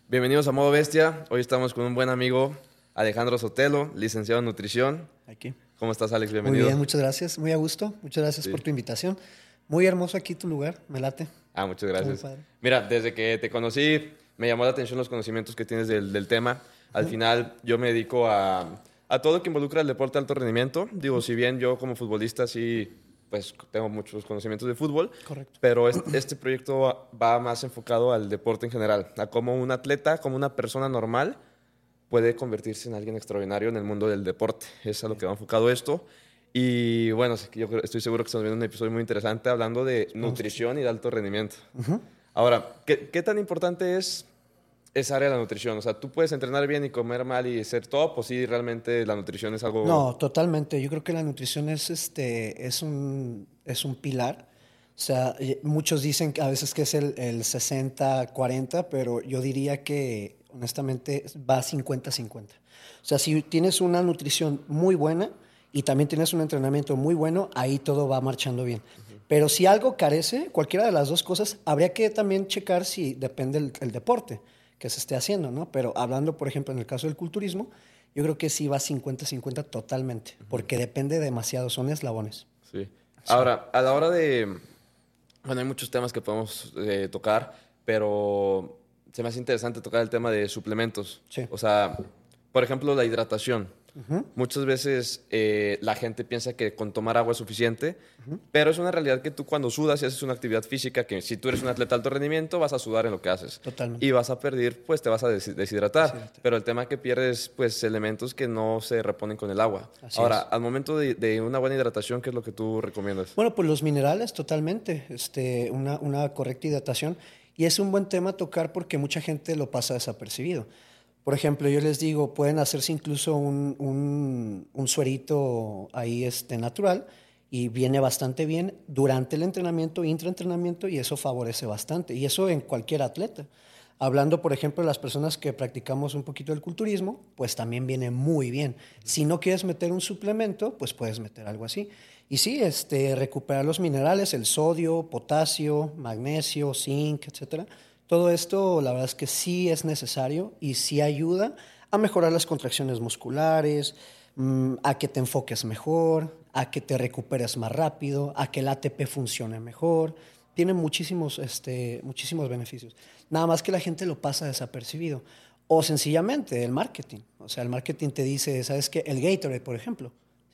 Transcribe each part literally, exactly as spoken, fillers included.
Bienvenidos a Modo Bestia. Hoy estamos con un buen amigo, Alejandro Sotelo, licenciado en nutrición. Aquí. ¿Cómo estás, Alex? Bienvenido. Muy bien, muchas gracias. Muy a gusto. Muchas gracias Sí. por tu invitación. Muy hermoso aquí tu lugar. Me late. Ah, muchas gracias. Muy padre. Mira, desde que te conocí, me llamó la atención los conocimientos que tienes del, del tema. Al uh-huh. final, yo me dedico a, a todo lo que involucra el deporte de alto rendimiento. Digo, si bien yo como futbolista sí, pues tengo muchos conocimientos de fútbol. Correcto. Pero este, este proyecto va más enfocado al deporte en general. A cómo un atleta, como una persona normal, puede convertirse en alguien extraordinario en el mundo del deporte. Es a lo que va enfocado esto. Y bueno, yo estoy seguro que estamos viendo un episodio muy interesante hablando de nutrición y de alto rendimiento. Uh-huh. Ahora, ¿qué, ¿qué tan importante es esa área de la nutrición? O sea, ¿tú puedes entrenar bien y comer mal y ser top? ¿O sí realmente la nutrición es algo...? No, totalmente. Yo creo que la nutrición es, este, es, un, es un pilar. O sea, muchos dicen a veces que es el, el sesenta cuarenta, pero yo diría que honestamente va cincuenta cincuenta. O sea, si tienes una nutrición muy buena y también tienes un entrenamiento muy bueno, ahí todo va marchando bien. Uh-huh. Pero si algo carece, cualquiera de las dos cosas, habría que también checar si depende el, el deporte que se esté haciendo, ¿no? Pero hablando, por ejemplo, en el caso del culturismo, yo creo que sí va cincuenta cincuenta totalmente, uh-huh. porque depende demasiado, son eslabones. Sí. Ahora, a la hora de... Bueno, hay muchos temas que podemos eh, tocar, pero se me hace interesante tocar el tema de suplementos. Sí. O sea, por ejemplo, la hidratación. Uh-huh. Muchas veces eh, la gente piensa que con tomar agua es suficiente, uh-huh. pero es una realidad que tú cuando sudas y haces una actividad física, que si tú eres un atleta de alto rendimiento, vas a sudar en lo que haces. Totalmente. Y vas a perder, pues te vas a des- deshidratar. deshidratar. Pero el tema es que pierdes pues, elementos que no se reponen con el agua. Así Ahora, es. al momento de, de una buena hidratación, ¿qué es lo que tú recomiendas? Bueno, pues los minerales, totalmente. Este, una, una correcta hidratación. Y es un buen tema a tocar porque mucha gente lo pasa desapercibido. Por ejemplo, yo les digo, pueden hacerse incluso un, un, un suerito ahí este, natural y viene bastante bien durante el entrenamiento, intraentrenamiento, y eso favorece bastante. Y eso en cualquier atleta. Hablando, por ejemplo, de las personas que practicamos un poquito el culturismo, pues también viene muy bien. Si no quieres meter un suplemento, pues puedes meter algo así. Y sí, este, recuperar los minerales, el sodio, potasio, magnesio, zinc, etcétera. Todo esto, la verdad es que sí es necesario y sí ayuda a mejorar las contracciones musculares, mmm, a que te enfoques mejor, a que te recuperes más rápido, a que el A T P funcione mejor. Tiene muchísimos, este, muchísimos beneficios. Nada más que la gente lo pasa desapercibido. O sencillamente el marketing. O sea, el marketing te dice, ¿sabes qué? El Gatorade, por ejemplo.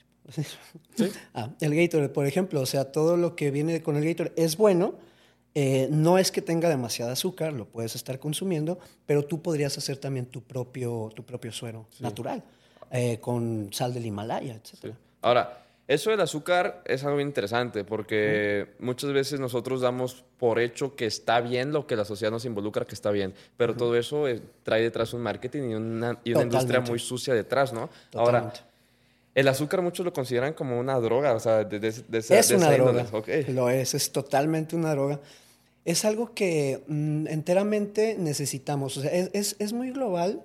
¿Sí? Ah, el Gatorade, por ejemplo. O sea, todo lo que viene con el Gatorade es bueno. Eh, no es que tenga demasiado azúcar, lo puedes estar consumiendo, pero tú podrías hacer también tu propio, tu propio suero sí. natural, eh, con sal del Himalaya, etcétera. Sí. Ahora, eso del azúcar es algo interesante porque uh-huh. muchas veces nosotros damos por hecho que está bien lo que la sociedad nos involucra, que está bien, pero uh-huh. todo eso eh, trae detrás un marketing y una, y una industria muy sucia detrás, ¿no? Totalmente. Ahora, el azúcar muchos lo consideran como una droga, o sea, de, de, de esa, es de una esa droga, okay. Lo es, es totalmente una droga. Es algo que mm, enteramente necesitamos. O sea, es, es, es muy global.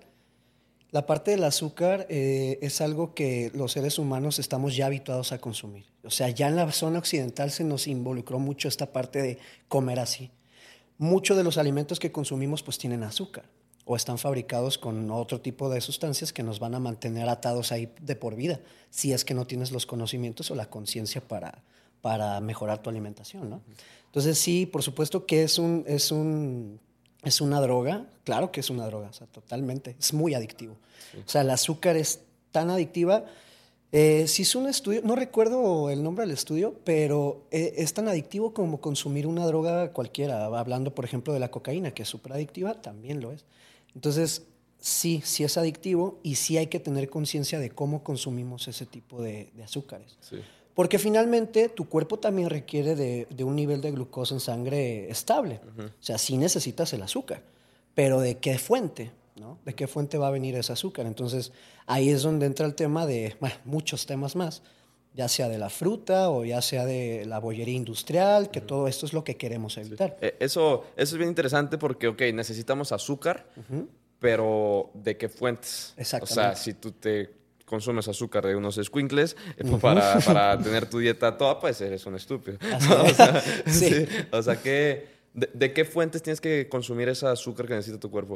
La parte del azúcar eh, es algo que los seres humanos estamos ya habituados a consumir. O sea, ya en la zona occidental se nos involucró mucho esta parte de comer así. Muchos de los alimentos que consumimos pues tienen azúcar o están fabricados con otro tipo de sustancias que nos van a mantener atados ahí de por vida, si es que no tienes los conocimientos o la conciencia para, para mejorar tu alimentación, ¿no? Entonces sí, por supuesto que es, un, es, un, es una droga, claro que es una droga, o sea, totalmente, es muy adictivo. Sí. O sea, el azúcar es tan adictiva, eh, se hizo un estudio, no recuerdo el nombre del estudio, pero eh, es tan adictivo como consumir una droga cualquiera, hablando por ejemplo de la cocaína, que es súper adictiva, también lo es. Entonces sí, sí es adictivo y sí hay que tener conciencia de cómo consumimos ese tipo de, de azúcares. Sí. Porque finalmente tu cuerpo también requiere de, de un nivel de glucosa en sangre estable. Uh-huh. O sea, sí necesitas el azúcar, pero ¿de qué fuente? ¿No? ¿De qué fuente va a venir ese azúcar? Entonces, ahí es donde entra el tema de, bueno, muchos temas más, ya sea de la fruta o ya sea de la bollería industrial, que uh-huh. todo esto es lo que queremos evitar. Sí. Eh, eso, eso es bien interesante porque, ok, necesitamos azúcar, uh-huh. pero ¿de qué fuentes? Exactamente. O sea, si tú te consumes azúcar de unos escuincles uh-huh. para, para tener tu dieta toda, pues eres un estúpido. ¿No? O sea, sí. Sí. O sea, ¿qué, de, ¿de qué fuentes tienes que consumir ese azúcar que necesita tu cuerpo?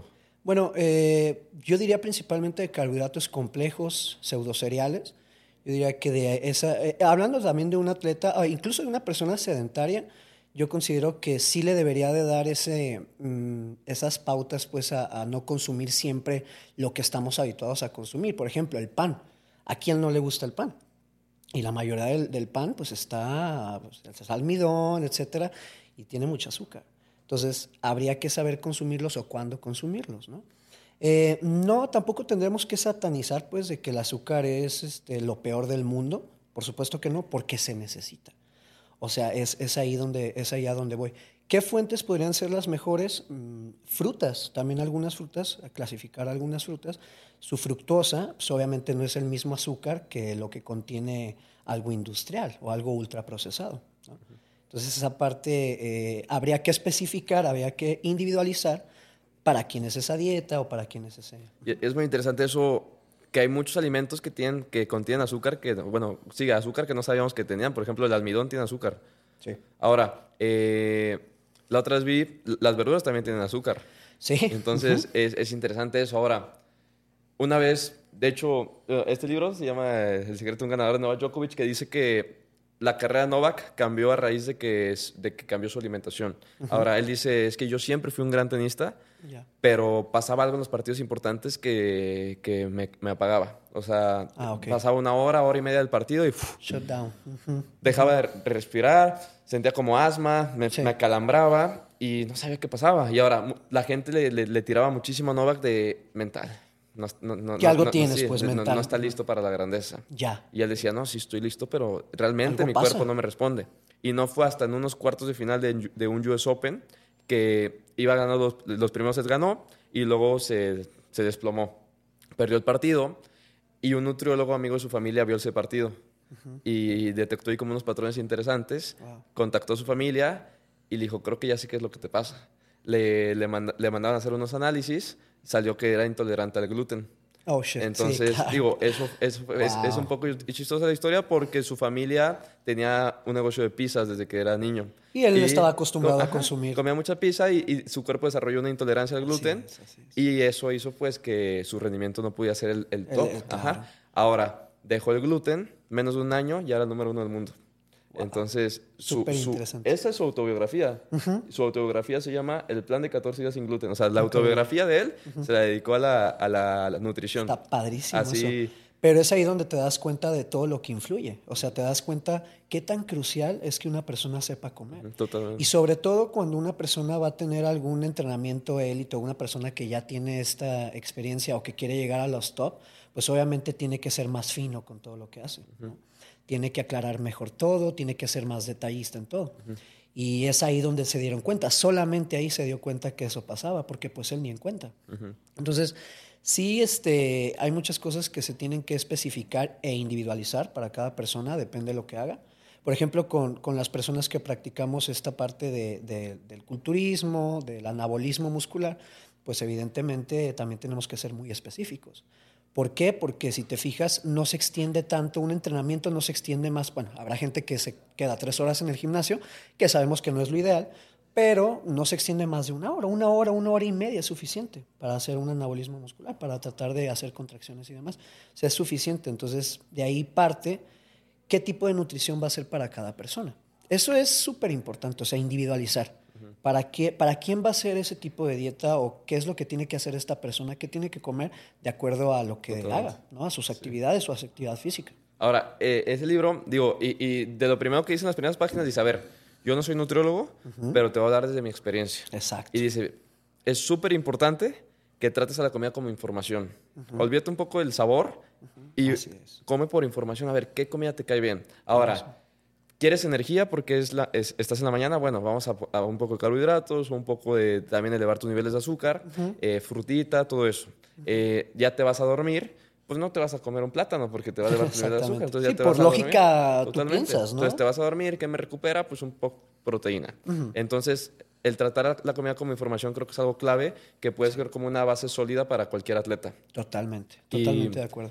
Bueno, eh, yo diría principalmente de carbohidratos complejos, pseudocereales. Yo diría que de esa, eh, hablando también de un atleta, o incluso de una persona sedentaria, yo considero que sí le debería de dar ese, mm, esas pautas pues a, a no consumir siempre lo que estamos habituados a consumir. Por ejemplo, el pan. ¿A quién no le gusta el pan? Y la mayoría del, del pan pues está pues, es almidón, etcétera, y tiene mucho azúcar. Entonces, habría que saber consumirlos o cuándo consumirlos, ¿no? Eh, no, tampoco tendremos que satanizar pues de que el azúcar es este, lo peor del mundo. Por supuesto que no, porque se necesita. O sea, es, es, ahí donde, es ahí a donde voy. ¿Qué fuentes podrían ser las mejores? Mm, frutas, también algunas frutas, a clasificar algunas frutas. Su fructosa, pues obviamente no es el mismo azúcar que lo que contiene algo industrial o algo ultraprocesado, ¿no? Entonces esa parte eh, habría que especificar, habría que individualizar para quién es esa dieta o para quién es ese. Y es muy interesante eso, que hay muchos alimentos que, tienen, que contienen azúcar, que, bueno, sí, azúcar que no sabíamos que tenían. Por ejemplo, el almidón tiene azúcar. Sí. Ahora, eh, la otra vez vi, las verduras también tienen azúcar. Sí. Entonces, uh-huh. es, es interesante eso. Ahora, una vez, de hecho, este libro se llama El secreto de un ganador de Novak Djokovic, que dice que la carrera de Novak cambió a raíz de que, de que cambió su alimentación. Uh-huh. Ahora, él dice, es que yo siempre fui un gran tenista, yeah. pero pasaba algo en los partidos importantes que, que me, me apagaba. O sea, ah, okay. pasaba una hora, hora y media del partido y uf, shut down. Uh-huh. Dejaba de respirar, sentía como asma, me, sí. me acalambraba y no sabía qué pasaba. Y ahora la gente le, le, le tiraba muchísimo a Novak de mental. No, no, no, que algo no, tienes, sí, pues, no, mental. No está listo para la grandeza. Ya. Y él decía, no, sí estoy listo, pero realmente mi pasa? cuerpo no me responde. Y no fue hasta en unos cuartos de final de, de un U S Open que iba ganando los, los primeros sets, ganó y luego se, se desplomó. Perdió el partido y un nutriólogo amigo de su familia vio ese partido uh-huh. y detectó ahí como unos patrones interesantes. Wow. Contactó a su familia y le dijo, creo que ya sé qué es lo que te pasa. Le, le, manda, le mandaban a hacer unos análisis. Salió que era intolerante al gluten. Oh, shit. Entonces, sí, claro. digo, eso, eso wow. es, es un poco chistosa la historia porque su familia tenía un negocio de pizzas desde que era niño. Y él y estaba acostumbrado ajá, a consumir. Comía mucha pizza y, y su cuerpo desarrolló una intolerancia al gluten. Así es, así es. Y eso hizo pues que su rendimiento no pudiera ser el, el top. El, el, ajá. Claro. Ahora, dejó el gluten, menos de un año, ya era el número uno del mundo. Wow. Entonces, su, su, esa es su autobiografía. Uh-huh. Su autobiografía se llama El plan de catorce días sin gluten. O sea, la autobiografía de él uh-huh. se la dedicó a la, a la, a la nutrición. Está padrísimo Así, eso. Pero es ahí donde te das cuenta de todo lo que influye. O sea, te das cuenta qué tan crucial es que una persona sepa comer. Totalmente. Y sobre todo cuando una persona va a tener algún entrenamiento élite o una persona que ya tiene esta experiencia o que quiere llegar a los top, pues obviamente tiene que ser más fino con todo lo que hace, ¿no? Uh-huh. Tiene que aclarar mejor todo, tiene que ser más detallista en todo. Uh-huh. Y es ahí donde se dieron cuenta. Solamente ahí se dio cuenta que eso pasaba, porque pues él ni en cuenta. Uh-huh. Entonces, sí, este, hay muchas cosas que se tienen que especificar e individualizar para cada persona, depende de lo que haga. Por ejemplo, con, con las personas que practicamos esta parte de, de, del culturismo, del anabolismo muscular, pues evidentemente también tenemos que ser muy específicos. ¿Por qué? Porque si te fijas, no se extiende tanto, un entrenamiento no se extiende más. Bueno, habrá gente que se queda tres horas en el gimnasio, que sabemos que no es lo ideal, pero no se extiende más de una hora. Una hora, una hora y media es suficiente para hacer un anabolismo muscular, para tratar de hacer contracciones y demás. O sea, es suficiente. Entonces, de ahí parte qué tipo de nutrición va a ser para cada persona. Eso es súper importante, o sea, individualizar. ¿Para, qué, ¿Para quién va a ser ese tipo de dieta o qué es lo que tiene que hacer esta persona? ¿Qué tiene que comer de acuerdo a lo que él haga, ¿no? A sus actividades sí. o a su actividad física? Ahora, eh, ese libro, digo, y, y de lo primero que dice en las primeras páginas, dice, a ver, yo no soy nutriólogo, uh-huh. pero te voy a hablar desde mi experiencia. Exacto. Y dice, es súper importante que trates a la comida como información. Uh-huh. Olvídate un poco del sabor uh-huh. y come por información, a ver qué comida te cae bien. Ahora... Eso. ¿Quieres energía porque es la, es, estás en la mañana? Bueno, vamos a, a un poco de carbohidratos, un poco de también elevar tus niveles de azúcar, uh-huh. eh, frutita, todo eso. Uh-huh. Eh, ya te vas a dormir, pues no te vas a comer un plátano porque te va a elevar tus niveles de azúcar. Entonces sí, ya te por vas a lógica dormir. tú piensas, ¿no? Entonces te vas a dormir, ¿qué me recupera? Pues un poco proteína. Uh-huh. Entonces, el tratar la comida como información creo que es algo clave que puede ser como una base sólida para cualquier atleta. Totalmente, totalmente y, de acuerdo.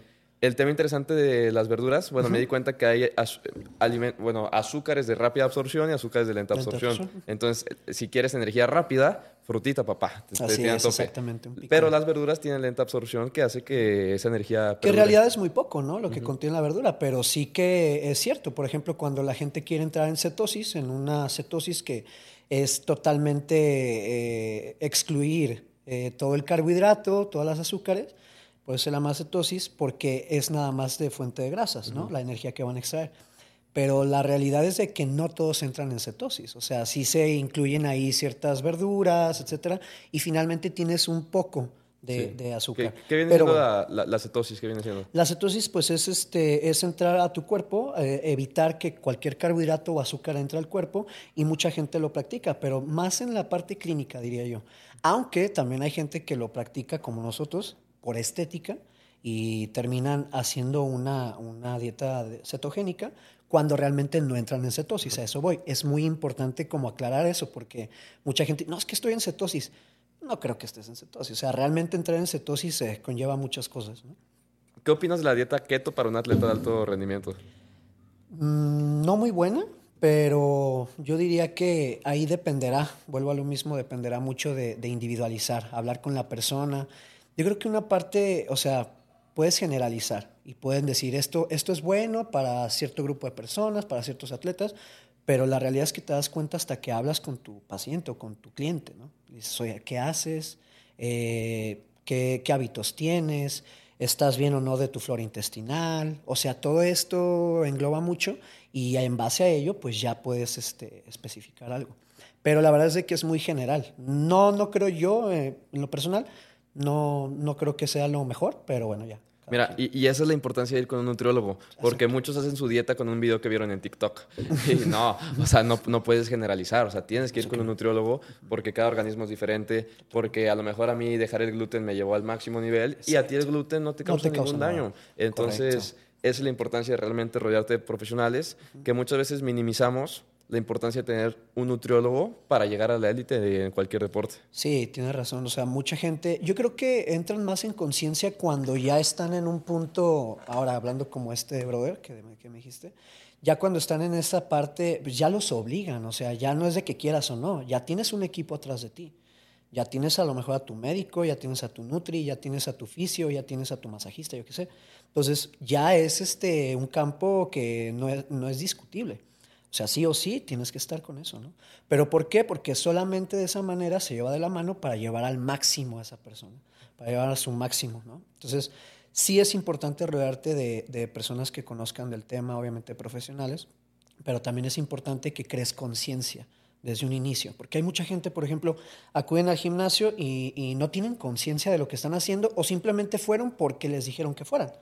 El tema interesante de las verduras, bueno, uh-huh. me di cuenta que hay az- aliment- bueno, azúcares de rápida absorción y azúcares de lenta, lenta absorción. absorción. Entonces, si quieres energía rápida, frutita, papá. Te, Así te es, exactamente. Un Pero las verduras tienen lenta absorción que hace que esa energía... Que en realidad es muy poco, ¿no? Lo que uh-huh. contiene la verdura, pero sí que es cierto. Por ejemplo, cuando la gente quiere entrar en cetosis, en una cetosis que es totalmente eh, excluir eh, todo el carbohidrato, todas las azúcares, por eso se llama cetosis, porque es nada más de fuente de grasas, ¿no? Uh-huh. La energía que van a extraer. Pero la realidad es de que no todos entran en cetosis. O sea, sí se incluyen ahí ciertas verduras, etcétera, y finalmente tienes un poco de, sí. de azúcar. ¿Qué, qué viene Pero, siendo la, la, la cetosis? ¿Qué viene siendo? La cetosis, pues, es, este, es entrar a tu cuerpo, eh, evitar que cualquier carbohidrato o azúcar entre al cuerpo, y mucha gente lo practica, pero más en la parte clínica, diría yo. Aunque también hay gente que lo practica como nosotros, por estética, y terminan haciendo una, una dieta cetogénica cuando realmente no entran en cetosis. A eso voy. Es muy importante como aclarar eso, porque mucha gente, no, es que estoy en cetosis. No creo que estés en cetosis. O sea, realmente entrar en cetosis eh, conlleva muchas cosas, ¿no? ¿Qué opinas de la dieta keto para un atleta de alto rendimiento? Mm, no muy buena, pero yo diría que ahí dependerá, vuelvo a lo mismo, dependerá mucho de, de individualizar, hablar con la persona. Yo creo que una parte, o sea, puedes generalizar y pueden decir esto, esto es bueno para cierto grupo de personas, para ciertos atletas, pero la realidad es que te das cuenta hasta que hablas con tu paciente o con tu cliente, ¿no? Dices, oye, ¿qué haces? Eh, ¿qué, qué hábitos tienes? ¿Estás bien o no de tu flora intestinal? O sea, todo esto engloba mucho y en base a ello, pues ya puedes este, especificar algo. Pero la verdad es de que es muy general. No, no creo yo, eh, en lo personal, No, no creo que sea lo mejor, pero bueno, ya. Mira, y, y esa es la importancia de ir con un nutriólogo, porque Exacto. muchos hacen su dieta con un video que vieron en TikTok. Y no, o sea, no, no puedes generalizar, o sea, tienes que ir con un nutriólogo porque cada organismo es diferente, porque a lo mejor a mí dejar el gluten me llevó al máximo nivel Exacto. y a ti el gluten no te causa, no te ningún causa daño. Nada. Entonces, Correcto. esa es la importancia de realmente rodearte de profesionales uh-huh. que muchas veces minimizamos la importancia de tener un nutriólogo para llegar a la élite de cualquier deporte. Sí, tienes razón. O sea, mucha gente, yo creo que entran más en conciencia cuando ya están en un punto, ahora hablando como este brother que, que me dijiste, ya cuando están en esa parte, pues ya los obligan. O sea, ya no es de que quieras o no, ya tienes un equipo atrás de ti. Ya tienes a lo mejor a tu médico, ya tienes a tu nutri, ya tienes a tu fisio, ya tienes a tu masajista, yo qué sé. Entonces, ya es este, un campo que no es, no es discutible. O sea, sí o sí tienes que estar con eso, ¿no? ¿Pero por qué? Porque solamente de esa manera se lleva de la mano para llevar al máximo a esa persona, para llevar a su máximo, ¿no? Entonces, sí es importante rodearte de, de personas que conozcan del tema, obviamente profesionales, pero también es importante que crees conciencia desde un inicio, porque hay mucha gente, por ejemplo, acuden al gimnasio y, y no tienen conciencia de lo que están haciendo o simplemente fueron porque les dijeron que fueran.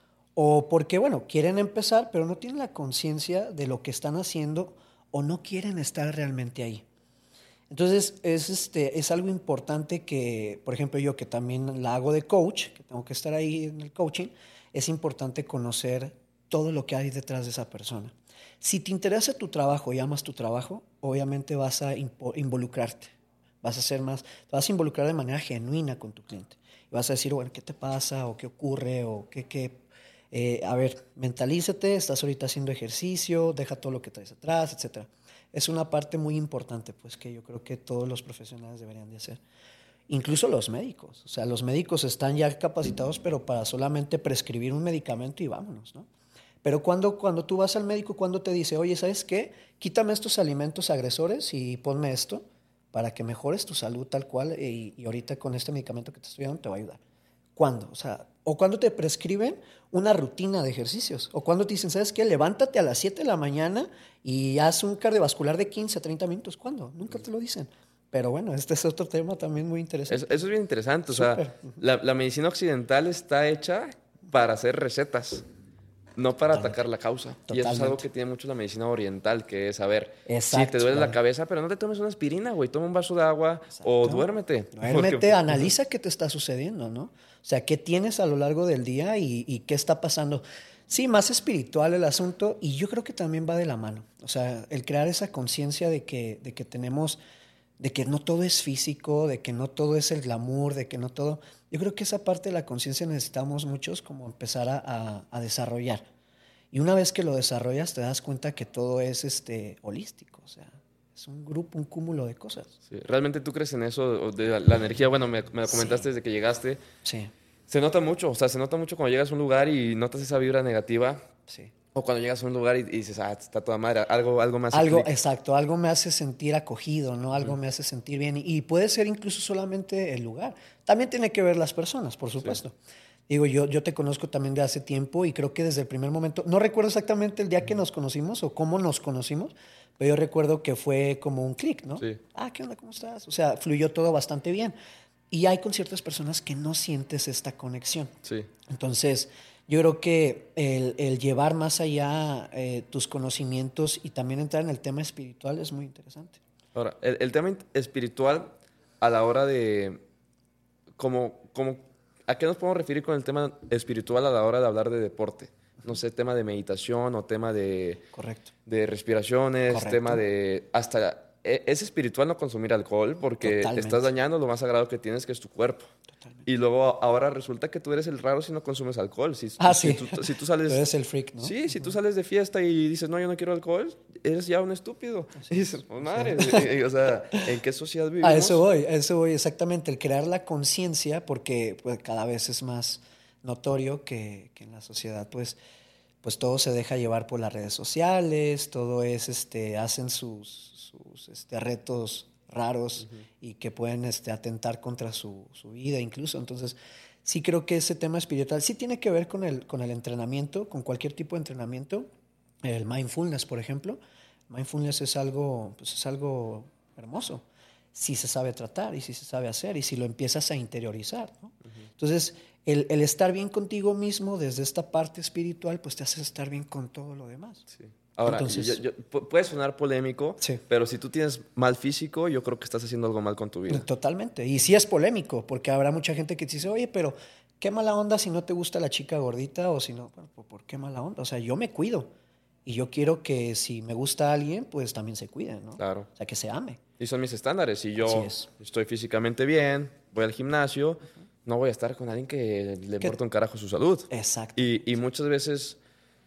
O porque, bueno, quieren empezar, pero no tienen la conciencia de lo que están haciendo o no quieren estar realmente ahí. Entonces, es, este, es algo importante que, por ejemplo, yo que también la hago de coach, que tengo que estar ahí en el coaching, es importante conocer todo lo que hay detrás de esa persona. Si te interesa tu trabajo y amas tu trabajo, obviamente vas a involucrarte. Vas a ser más, te vas a involucrar de manera genuina con tu cliente. Y vas a decir, bueno, ¿qué te pasa? ¿O qué ocurre? ¿O qué, qué Eh, a ver, mentalízate, estás ahorita haciendo ejercicio, deja todo lo que traes atrás, etcétera. Es una parte muy importante, pues, que yo creo que todos los profesionales deberían de hacer. Incluso los médicos. O sea, los médicos están ya capacitados, pero para solamente prescribir un medicamento y vámonos, ¿no? Pero cuando, cuando tú vas al médico, cuando te dice, oye, ¿sabes qué? Quítame estos alimentos agresores y ponme esto para que mejores tu salud tal cual y, y ahorita con este medicamento que te estoy dando te va a ayudar. ¿Cuándo? O sea, o cuando te prescriben una rutina de ejercicios, o cuando te dicen, ¿sabes qué? Levántate a las siete de la mañana y haz un cardiovascular de quince a treinta minutos. ¿Cuándo? Nunca te lo dicen. Pero bueno, este es otro tema también muy interesante. Eso, eso es bien interesante. Súper. O sea, la, la medicina occidental está hecha para hacer recetas, no para Totalmente. atacar la causa. Totalmente. Y eso es algo que tiene mucho la medicina oriental, que es, a ver, Exacto, si te duele claro. la cabeza, pero no te tomes una aspirina, güey, toma un vaso de agua Exacto. o duérmete. Duérmete, porque... analiza qué te está sucediendo, ¿no? O sea, qué tienes a lo largo del día y, y qué está pasando. Sí, más espiritual el asunto y yo creo que también va de la mano. O sea, el crear esa conciencia de que, de que tenemos, de que no todo es físico, de que no todo es el glamour, de que no todo... Yo creo que esa parte de la conciencia necesitamos muchos como empezar a, a, a desarrollar. Y una vez que lo desarrollas te das cuenta que todo es este, holístico, o sea, es un grupo, un cúmulo de cosas. Sí. ¿Realmente tú crees en eso, de la, la energía? Bueno, me, me lo comentaste Sí. desde que llegaste. Sí, Se nota mucho, o sea, se nota mucho cuando llegas a un lugar y notas esa vibra negativa. sí. O cuando llegas a un lugar y, y dices, ah, está toda madre, algo, algo más. Algo, exacto, algo me hace sentir acogido, ¿no? Algo uh-huh. me hace sentir bien. Y, y puede ser incluso solamente el lugar. También tiene que ver las personas, por supuesto. Sí. Digo, yo, yo te conozco también de hace tiempo y creo que desde el primer momento, no recuerdo exactamente el día que nos conocimos o cómo nos conocimos, pero yo recuerdo que fue como un clic, ¿no? Sí. Ah, ¿qué onda? ¿Cómo estás? O sea, fluyó todo bastante bien. Y hay con ciertas personas que no sientes esta conexión. Sí. Entonces, yo creo que el, el llevar más allá eh, tus conocimientos y también entrar en el tema espiritual es muy interesante. Ahora, el, el tema espiritual a la hora de... Como, como, ¿a qué nos podemos referir con el tema espiritual a la hora de hablar de deporte? No sé, tema de meditación o tema de... Correcto. De respiraciones, Correcto. Tema de... Hasta... Es espiritual no consumir alcohol porque Totalmente. Estás dañando lo más sagrado que tienes, que es tu cuerpo. Totalmente. Y luego ahora resulta que tú eres el raro si no consumes alcohol. Si, ah, si, sí. Tú, si tú sales, tú eres el freak, ¿no? Sí, uh-huh. Si tú sales de fiesta y dices, no, yo no quiero alcohol, eres ya un estúpido. Así y dices, pues madre, sí. O sea, ¿en qué sociedad vivimos? A eso voy, a eso voy, exactamente. El crear la conciencia, porque pues, cada vez es más notorio que, que en la sociedad, pues... pues todo se deja llevar por las redes sociales, todo es, este, hacen sus, sus este, retos raros uh-huh. y que pueden este, atentar contra su, su vida incluso. Entonces, sí creo que ese tema espiritual sí tiene que ver con el, con el entrenamiento, con cualquier tipo de entrenamiento. El mindfulness, por ejemplo. Mindfulness es algo, pues es algo hermoso, si se sabe tratar y si se sabe hacer y si lo empiezas a interiorizar, ¿no? Uh-huh. Entonces, El, el estar bien contigo mismo desde esta parte espiritual, pues te hace estar bien con todo lo demás. Sí. Ahora, Entonces, yo, yo, puede sonar polémico, sí. pero si tú tienes mal físico, yo creo que estás haciendo algo mal con tu vida. Totalmente. Y sí es polémico, porque habrá mucha gente que te dice, oye, pero qué mala onda si no te gusta la chica gordita o si no, bueno, ¿por qué mala onda? O sea, yo me cuido. Y yo quiero que si me gusta a alguien, pues también se cuide, ¿no? Claro. O sea, que se ame. Y son mis estándares. Si yo estoy físicamente bien, voy al gimnasio... Uh-huh. No voy a estar con alguien que le importa un carajo su salud. Exacto. Y, y muchas veces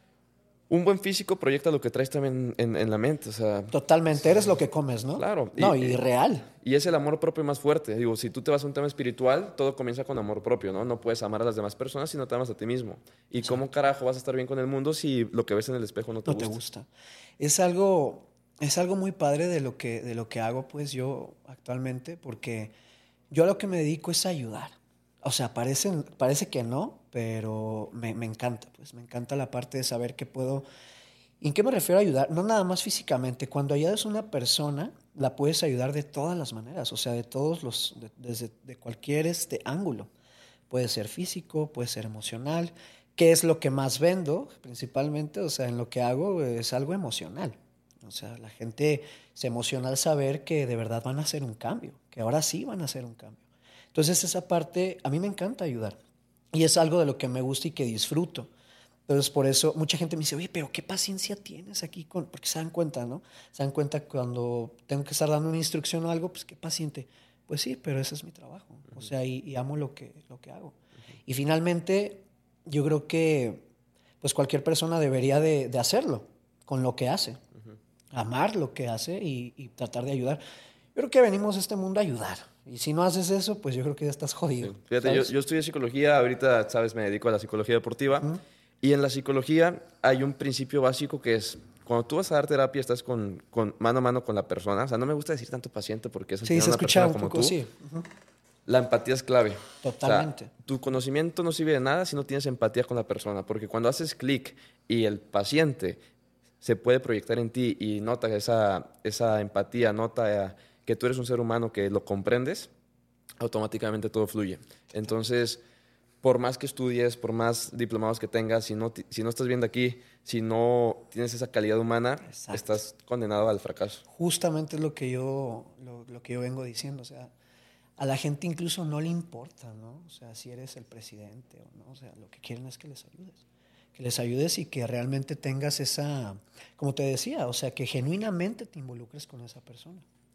un buen físico proyecta lo que traes también en, en la mente. O sea, totalmente. Eres lo que comes, ¿no? Claro. No, y, y real. Y es el amor propio más fuerte. Digo, si tú te vas a un tema espiritual, todo comienza con amor propio, ¿no? No puedes amar a las demás personas si no te amas a ti mismo. ¿Y Exacto. Cómo carajo vas a estar bien con el mundo si lo que ves en el espejo no te no gusta? No te gusta. Es algo, es algo muy padre de lo, que, de lo que hago, pues, yo actualmente, porque yo a lo que me dedico es a ayudar. O sea, parece, parece que no, pero me, me encanta, pues me encanta la parte de saber que puedo... ¿Y en qué me refiero a ayudar? No nada más físicamente. Cuando ayudas a una persona, la puedes ayudar de todas las maneras, o sea, de todos los, de, desde de cualquier este ángulo. Puede ser físico, puede ser emocional. ¿Qué es lo que más vendo? Principalmente, o sea, en lo que hago es algo emocional. O sea, la gente se emociona al saber que de verdad van a hacer un cambio, que ahora sí van a hacer un cambio. Entonces esa parte, a mí me encanta ayudar y es algo de lo que me gusta y que disfruto. Entonces por eso mucha gente me dice, oye, pero ¿qué paciencia tienes aquí? Con... Porque se dan cuenta, ¿no? Se dan cuenta cuando tengo que estar dando una instrucción o algo, pues qué paciente. Pues sí, pero ese es mi trabajo. Uh-huh. O sea, y, y amo lo que, lo que hago. Uh-huh. Y finalmente yo creo que pues cualquier persona debería de, de hacerlo con lo que hace. Uh-huh. Amar lo que hace y, y tratar de ayudar. Yo creo que venimos a este mundo a ayudar. Y si no haces eso, pues yo creo que ya estás jodido. Sí. Fíjate, yo, yo estudié psicología, ahorita, sabes, me dedico a la psicología deportiva. Uh-huh. Y en la psicología hay un principio básico que es, cuando tú vas a dar terapia, estás con, con mano a mano con la persona. O sea, no me gusta decir tanto paciente porque es sí, se una escucha persona un como poco, tú. Sí. Uh-huh. La empatía es clave. Totalmente. O sea, tu conocimiento no sirve de nada si no tienes empatía con la persona. Porque cuando haces clic y el paciente se puede proyectar en ti y nota esa, esa empatía, nota que tú eres un ser humano que lo comprendes, automáticamente todo fluye. Entonces, por más que estudies, por más diplomados que tengas, si no, si no estás viendo aquí, si no tienes esa calidad humana, Exacto. estás condenado al fracaso. Justamente es lo que yo, lo, lo que yo vengo diciendo. O sea, a la gente incluso no le importa, ¿no? O sea, si eres el presidente o no. O sea, lo que quieren es que les ayudes. Que les ayudes y que realmente tengas esa, como te decía, o sea, que genuinamente te involucres con esa persona.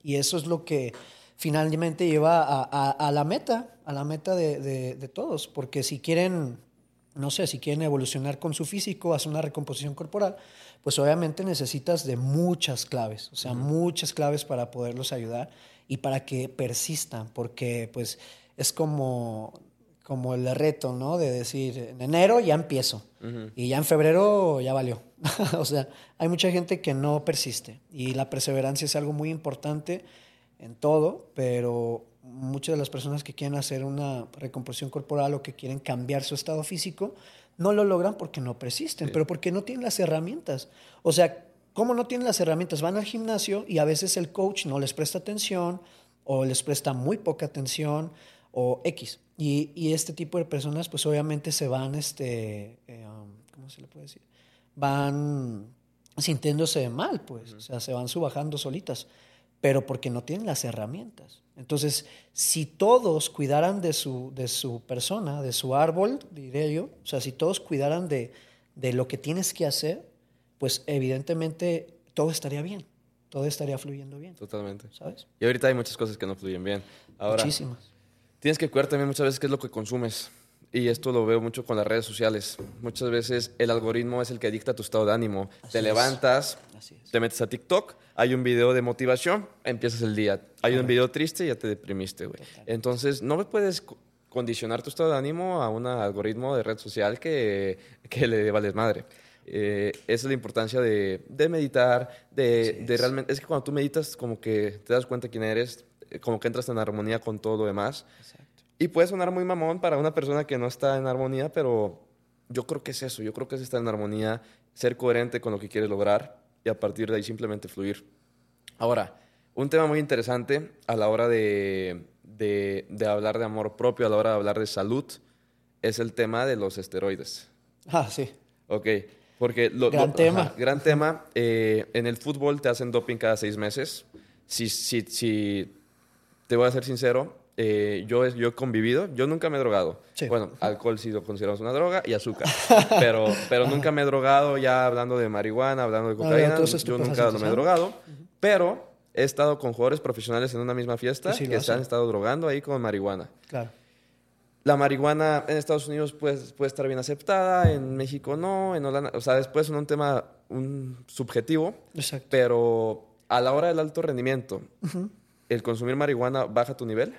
Y eso es lo que finalmente lleva a, a, a la meta, a la meta de, de, de todos. Porque si quieren, no sé, si quieren evolucionar con su físico, hacer una recomposición corporal, pues obviamente necesitas de muchas claves, o sea, uh-huh. muchas claves para poderlos ayudar y para que persistan, porque pues es como, como el reto, ¿no? De decir, en enero ya empiezo uh-huh. y ya en febrero ya valió. O sea, hay mucha gente que no persiste y la perseverancia es algo muy importante en todo, pero muchas de las personas que quieren hacer una recomposición corporal o que quieren cambiar su estado físico no lo logran porque no persisten, sí. pero porque no tienen las herramientas. O sea, ¿cómo no tienen las herramientas? Van al gimnasio y a veces el coach no les presta atención o les presta muy poca atención o X. Y, y este tipo de personas pues obviamente se van, este, eh, um, ¿cómo se le puede decir? Van sintiéndose mal, pues. Uh-huh. O sea, se van subajando solitas, pero porque no tienen las herramientas. Entonces, si todos cuidaran de su, de su persona, de su árbol, diré yo, o sea, si todos cuidaran de, de lo que tienes que hacer, pues evidentemente todo estaría bien, todo estaría fluyendo bien. Totalmente. ¿Sabes? Y ahorita hay muchas cosas que no fluyen bien. Ahora, muchísimas. Tienes que cuidar también muchas veces qué es lo que consumes. Y esto lo veo mucho con las redes sociales. Muchas veces el algoritmo es el que dicta tu estado de ánimo. Así Te es. levantas, Así es. te metes a TikTok, hay un video de motivación, empiezas el día. Hay Correcto. un video triste y ya te deprimiste, güey. Entonces, no puedes condicionar tu estado de ánimo a un algoritmo de red social que, que le vales madre. Eh, esa es la importancia de, de meditar, de, de realmente... Es que cuando tú meditas, como que te das cuenta quién eres, como que entras en armonía con todo lo demás. Exacto. Y puede sonar muy mamón para una persona que no está en armonía, pero yo creo que es eso. Yo creo que es estar en armonía, ser coherente con lo que quieres lograr y a partir de ahí simplemente fluir. Ahora, un tema muy interesante a la hora de, de, de hablar de amor propio, a la hora de hablar de salud, es el tema de los esteroides. Ah, sí. Ok, porque... Lo, gran lo, tema. Ajá, gran tema. Eh, en el fútbol te hacen doping cada seis meses. Si, si, si te voy a ser sincero... Eh, yo, yo he convivido, yo nunca me he drogado. Sí. Bueno, alcohol sí lo consideramos una droga y azúcar. pero pero nunca me he drogado, ya hablando de marihuana, hablando de cocaína. No, yo nunca no me he drogado. Uh-huh. Pero he estado con jugadores profesionales en una misma fiesta sí, que se han estado drogando ahí con marihuana. Claro. La marihuana en Estados Unidos puede, puede estar bien aceptada, en México no, en Holanda. O sea, después es un tema un subjetivo. Exacto. Pero a la hora del alto rendimiento, uh-huh. ¿el consumir marihuana baja tu nivel?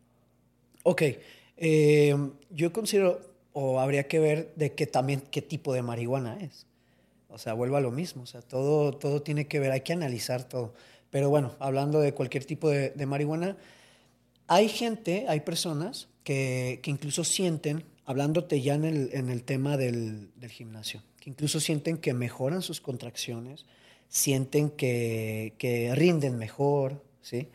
Ok, eh, yo considero, o habría que ver de qué también qué tipo de marihuana es. O sea, vuelvo a lo mismo, o sea, todo, todo tiene que ver, hay que analizar todo. Pero bueno, hablando de cualquier tipo de, de marihuana, hay gente, hay personas que, que incluso sienten, hablándote ya en el, en el tema del, del gimnasio, que incluso sienten que mejoran sus contracciones, sienten que, que rinden mejor, ¿sí?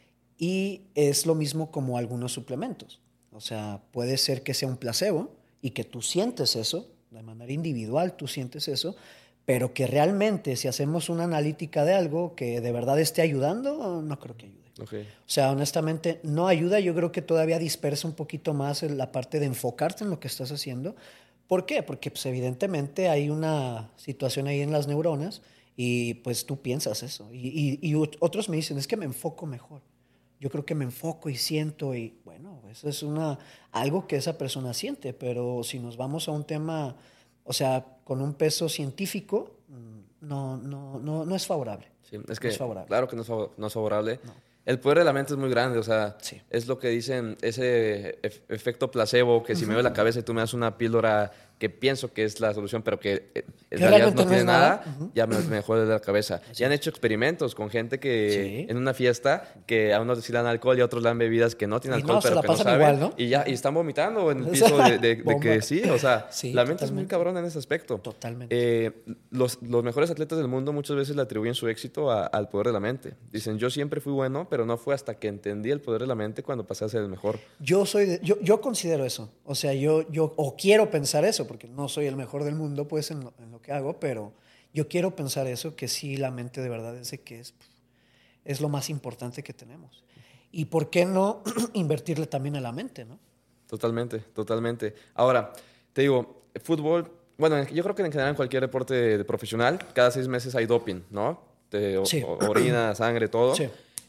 Y es lo mismo como algunos suplementos. O sea, puede ser que sea un placebo y que tú sientes eso, de manera individual tú sientes eso, pero que realmente si hacemos una analítica de algo que de verdad esté ayudando, no creo que ayude. Okay. O sea, honestamente no ayuda. Yo creo que todavía dispersa un poquito más la parte de enfocarte en lo que estás haciendo. ¿Por qué? Porque pues, evidentemente hay una situación ahí en las neuronas y pues tú piensas eso. Y, y, y otros me dicen, es que me enfoco mejor. Yo creo que me enfoco y siento y bueno, eso es una, algo que esa persona siente, pero si nos vamos a un tema, o sea, con un peso científico, no, no, no, no es favorable. Sí, es que, no es favorable. Claro que no es, fav- no es favorable. No. El poder de la mente es muy grande, o sea, sí. es lo que dicen, ese ef- efecto placebo, que si uh-huh. me duele la cabeza y tú me das una píldora que pienso que es la solución, pero que eh, en realidad no tiene nada, nada uh-huh. ya me, me dejó de la cabeza. Así ya han hecho experimentos con gente que sí. en una fiesta, que a unos les dan alcohol y a otros le dan bebidas que no tienen y alcohol, no, pero que no saben, igual, ¿no? Y, ya, y están vomitando en el piso de, de, de que sí, o sea, sí, la mente totalmente. es muy cabrona en ese aspecto. Totalmente. Eh, los, los mejores atletas del mundo muchas veces le atribuyen su éxito a, al poder de la mente. Dicen, yo siempre fui bueno, pero no fue hasta que entendí el poder de la mente cuando pasé a ser el mejor. Yo soy, de, yo, yo considero eso, o sea, yo, yo, o quiero pensar eso, porque no soy el mejor mejor del mundo pues en lo, en lo que hago, pero yo quiero pensar eso, que sí, la mente de verdad es de que es, es lo más importante que tenemos. Y por qué no invertirle también a la mente, ¿no? Totalmente, totalmente. Ahora, te digo, fútbol, bueno, yo creo que en general en cualquier deporte de, de profesional, cada seis meses hay doping, ¿no? Te, sí. o, orina, sangre, todo. Sí.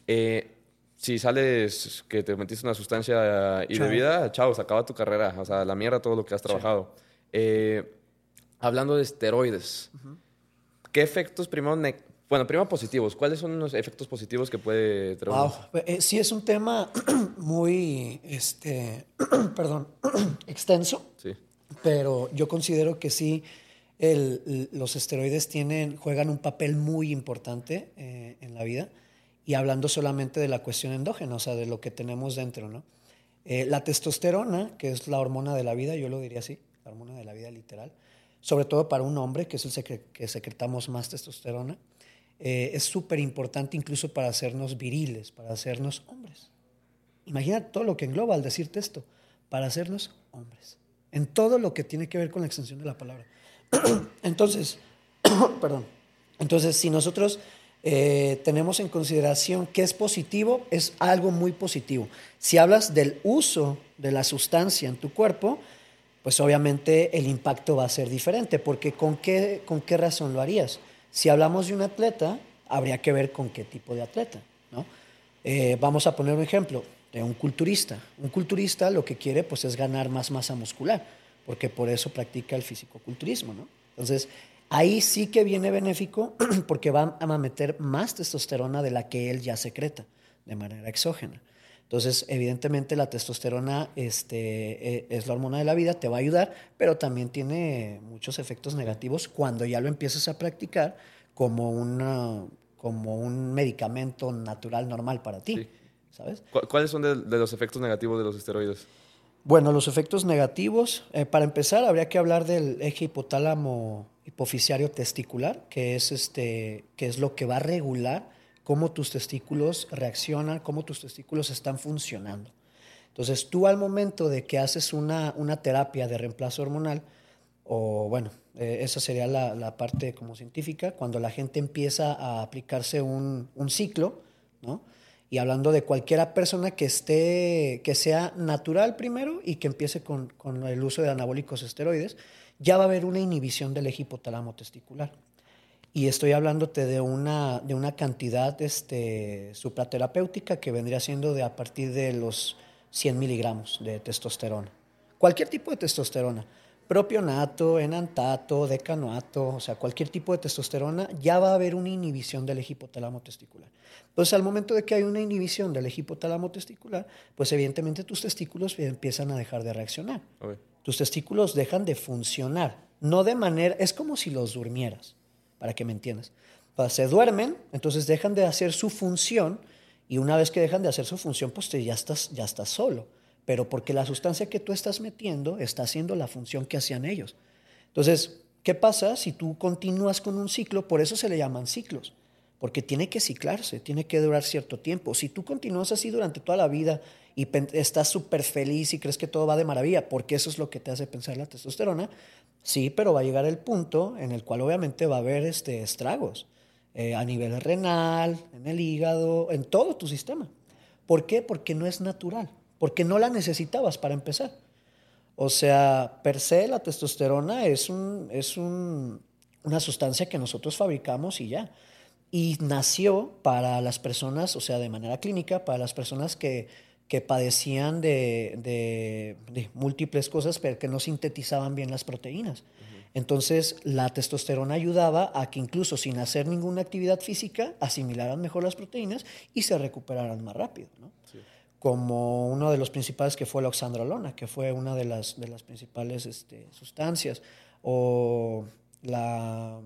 Eh, si sales que te metiste una sustancia indebida, chao, se acaba tu carrera. O sea, la mierda todo lo que has trabajado. Sí. Eh, hablando de esteroides, uh-huh. ¿qué efectos primero... Ne- bueno, primero positivos. ¿Cuáles son los efectos positivos que puede traer? Wow. Eh, sí es un tema muy, este, perdón, extenso. Sí. Pero yo considero que sí, el, los esteroides tienen, juegan un papel muy importante eh, en la vida. Y hablando solamente de la cuestión endógena, o sea, de lo que tenemos dentro, ¿no? Eh, la testosterona, que es la hormona de la vida, yo lo diría así, la hormona de la vida literal, sobre todo para un hombre, que es el secre- que secretamos más testosterona, eh, es súper importante incluso para hacernos viriles, para hacernos hombres. Imagina todo lo que engloba al decirte esto, para hacernos hombres, en todo lo que tiene que ver con la extensión de la palabra. Entonces, perdón, entonces si nosotros eh, tenemos en consideración que es positivo, es algo muy positivo. Si hablas del uso de la sustancia en tu cuerpo, pues obviamente el impacto va a ser diferente, porque ¿con qué, con qué razón lo harías? Si hablamos de un atleta, habría que ver con qué tipo de atleta, ¿no? Eh, vamos a poner un ejemplo de un culturista. Un culturista lo que quiere pues, es ganar más masa muscular, porque por eso practica el fisicoculturismo, ¿no? Entonces, ahí sí que viene benéfico porque va a meter más testosterona de la que él ya secreta de manera exógena. Entonces, evidentemente la testosterona este, es la hormona de la vida, te va a ayudar, pero también tiene muchos efectos negativos cuando ya lo empiezas a practicar como, una, como un medicamento natural normal para ti, sí. ¿Sabes? ¿Cuáles son de, de los efectos negativos de los esteroides? Bueno, los efectos negativos, eh, para empezar, habría que hablar del eje hipotálamo hipoficiario testicular, que es, este, que es lo que va a regular cómo tus testículos reaccionan, cómo tus testículos están funcionando. Entonces, tú al momento de que haces una, una terapia de reemplazo hormonal, o bueno, eh, esa sería la, la parte como científica, cuando la gente empieza a aplicarse un, un ciclo, ¿no? Y hablando de cualquier persona que esté, que sea natural primero y que empiece con, con el uso de anabólicos esteroides, ya va a haber una inhibición del eje hipotálamo testicular. Y estoy hablándote de una, de una cantidad este, supraterapéutica que vendría siendo de a partir de los cien miligramos de testosterona. Cualquier tipo de testosterona, propionato, enantato, decanoato, o sea, cualquier tipo de testosterona, ya va a haber una inhibición del eje hipotálamo testicular. Entonces, al momento de que hay una inhibición del eje hipotálamo testicular, pues evidentemente tus testículos empiezan a dejar de reaccionar. Okay. Tus testículos dejan de funcionar, no de manera, es como si los durmieras, para que me entiendas. O sea, se duermen, entonces dejan de hacer su función y una vez que dejan de hacer su función, pues te, ya, estás, ya estás solo. Pero porque la sustancia que tú estás metiendo está haciendo la función que hacían ellos. Entonces, ¿qué pasa si tú continúas con un ciclo? Por eso se le llaman ciclos, porque tiene que ciclarse, tiene que durar cierto tiempo. Si tú continúas así durante toda la vida y estás súper feliz y crees que todo va de maravilla, porque eso es lo que te hace pensar la testosterona, sí, pero va a llegar el punto en el cual obviamente va a haber este, estragos eh, a nivel renal, en el hígado, en todo tu sistema. ¿Por qué? Porque no es natural, porque no la necesitabas para empezar. O sea, per se la testosterona es, un, es un, una sustancia que nosotros fabricamos y ya. Y nació para las personas, o sea, de manera clínica, para las personas que, que padecían de, de, de múltiples cosas, pero que no sintetizaban bien las proteínas. Uh-huh. Entonces, la testosterona ayudaba a que incluso sin hacer ninguna actividad física, asimilaran mejor las proteínas y se recuperaran más rápido, ¿no? Sí. Como uno de los principales que fue la oxandrolona, que fue una de las, de las principales este, sustancias, o la...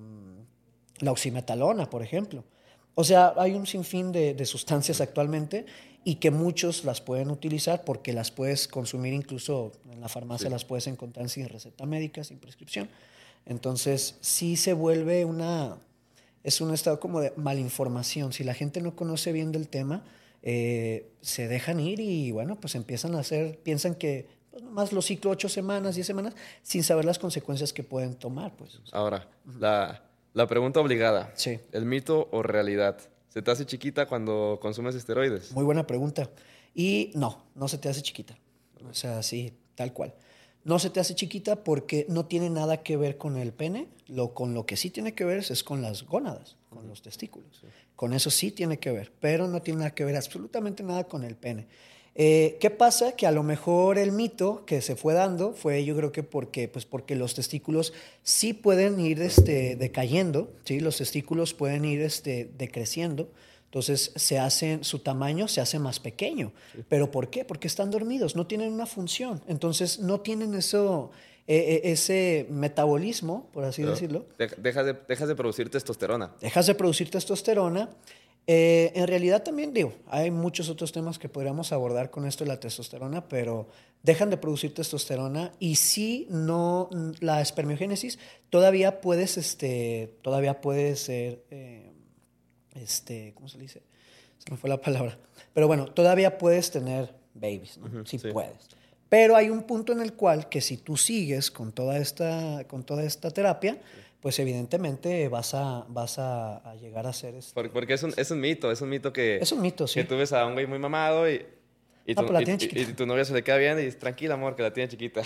la oximetalona, por ejemplo. O sea, hay un sinfín de, de sustancias actualmente y que muchos las pueden utilizar porque las puedes consumir incluso en la farmacia, sí. Las puedes encontrar sin receta médica, sin prescripción. Entonces, sí se vuelve una... es un estado como de malinformación. Si la gente no conoce bien del tema, eh, se dejan ir y, bueno, pues empiezan a hacer... piensan que pues, nomás lo ciclo ocho semanas, diez semanas, sin saber las consecuencias que pueden tomar, pues. Ahora, uh-huh. la... La pregunta obligada. Sí. ¿El mito o realidad? ¿Se te hace chiquita cuando consumes esteroides? Muy buena pregunta. Y no, no se te hace chiquita. O sea, sí, tal cual. No se te hace chiquita porque no tiene nada que ver con el pene. Lo, con lo que sí tiene que ver es con las gónadas. con uh-huh. los testículos. Sí. Con eso sí tiene que ver, pero no tiene nada que ver absolutamente nada con el pene. Eh, ¿Qué pasa? Que a lo mejor el mito que se fue dando fue, yo creo que porque, pues porque los testículos sí pueden ir este, decayendo, ¿sí? Los testículos pueden ir este, decreciendo, entonces se hacen, su tamaño se hace más pequeño. Sí. ¿Pero por qué? Porque están dormidos, no tienen una función, entonces no tienen eso, eh, ese metabolismo, por así Pero decirlo. Dejas de, dejas de producir testosterona. Dejas de producir testosterona. Eh, en realidad también digo, hay muchos otros temas que podríamos abordar con esto de la testosterona, pero dejan de producir testosterona y si no, la espermiogénesis todavía puedes, este, todavía puede ser, eh, este, ¿cómo se le dice? Se me fue la palabra. Pero bueno, todavía puedes tener babies, ¿no? Uh-huh, sí, sí puedes. Pero hay un punto en el cual que si tú sigues con toda esta, con toda esta terapia, pues evidentemente vas a, vas a, a llegar a ser... Este, porque es un, es un mito, es un mito que... Es un mito, sí. Que tú ves a un güey muy mamado y, y, tu, ah, y, y, y tu novia se le queda bien y dices, tranquila, amor, que la tiene chiquita.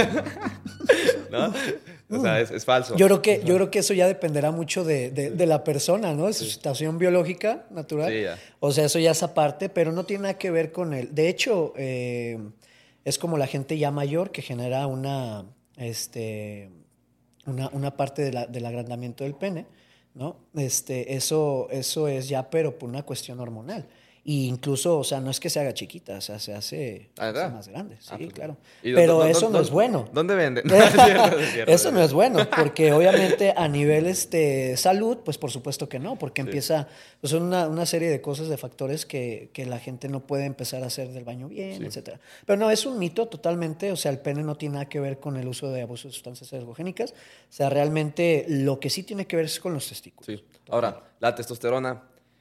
¿No? O sea, es, es falso. Yo creo, que, yo creo que eso ya dependerá mucho de, de, de la persona, ¿no? De su sí. situación biológica, natural. Sí, ya. O sea, eso ya es aparte, pero no tiene nada que ver con él. De hecho, eh, es como la gente ya mayor que genera una... Este, Una, una parte de la, del agrandamiento del pene, ¿no? Este, eso, eso es ya, pero por una cuestión hormonal. Y incluso, o sea, no es que se haga chiquita, o sea, se hace, ¿Ah, se hace más grande, sí, ah, pues, claro. dónde, Pero eso dónde, no es bueno. ¿Dónde venden? No, es cierto, es cierto, eso no es bueno, porque obviamente a nivel este, salud, pues por supuesto que no, porque sí. empieza, pues son una, una serie de cosas, de factores que, que la gente no puede empezar a hacer del baño bien, sí. etcétera. Pero no, es un mito totalmente, o sea, el pene no tiene nada que ver con el uso de abuso de sustancias ergogénicas, o sea, realmente lo que sí tiene que ver es con los testículos. Sí. Ahora, la testosterona...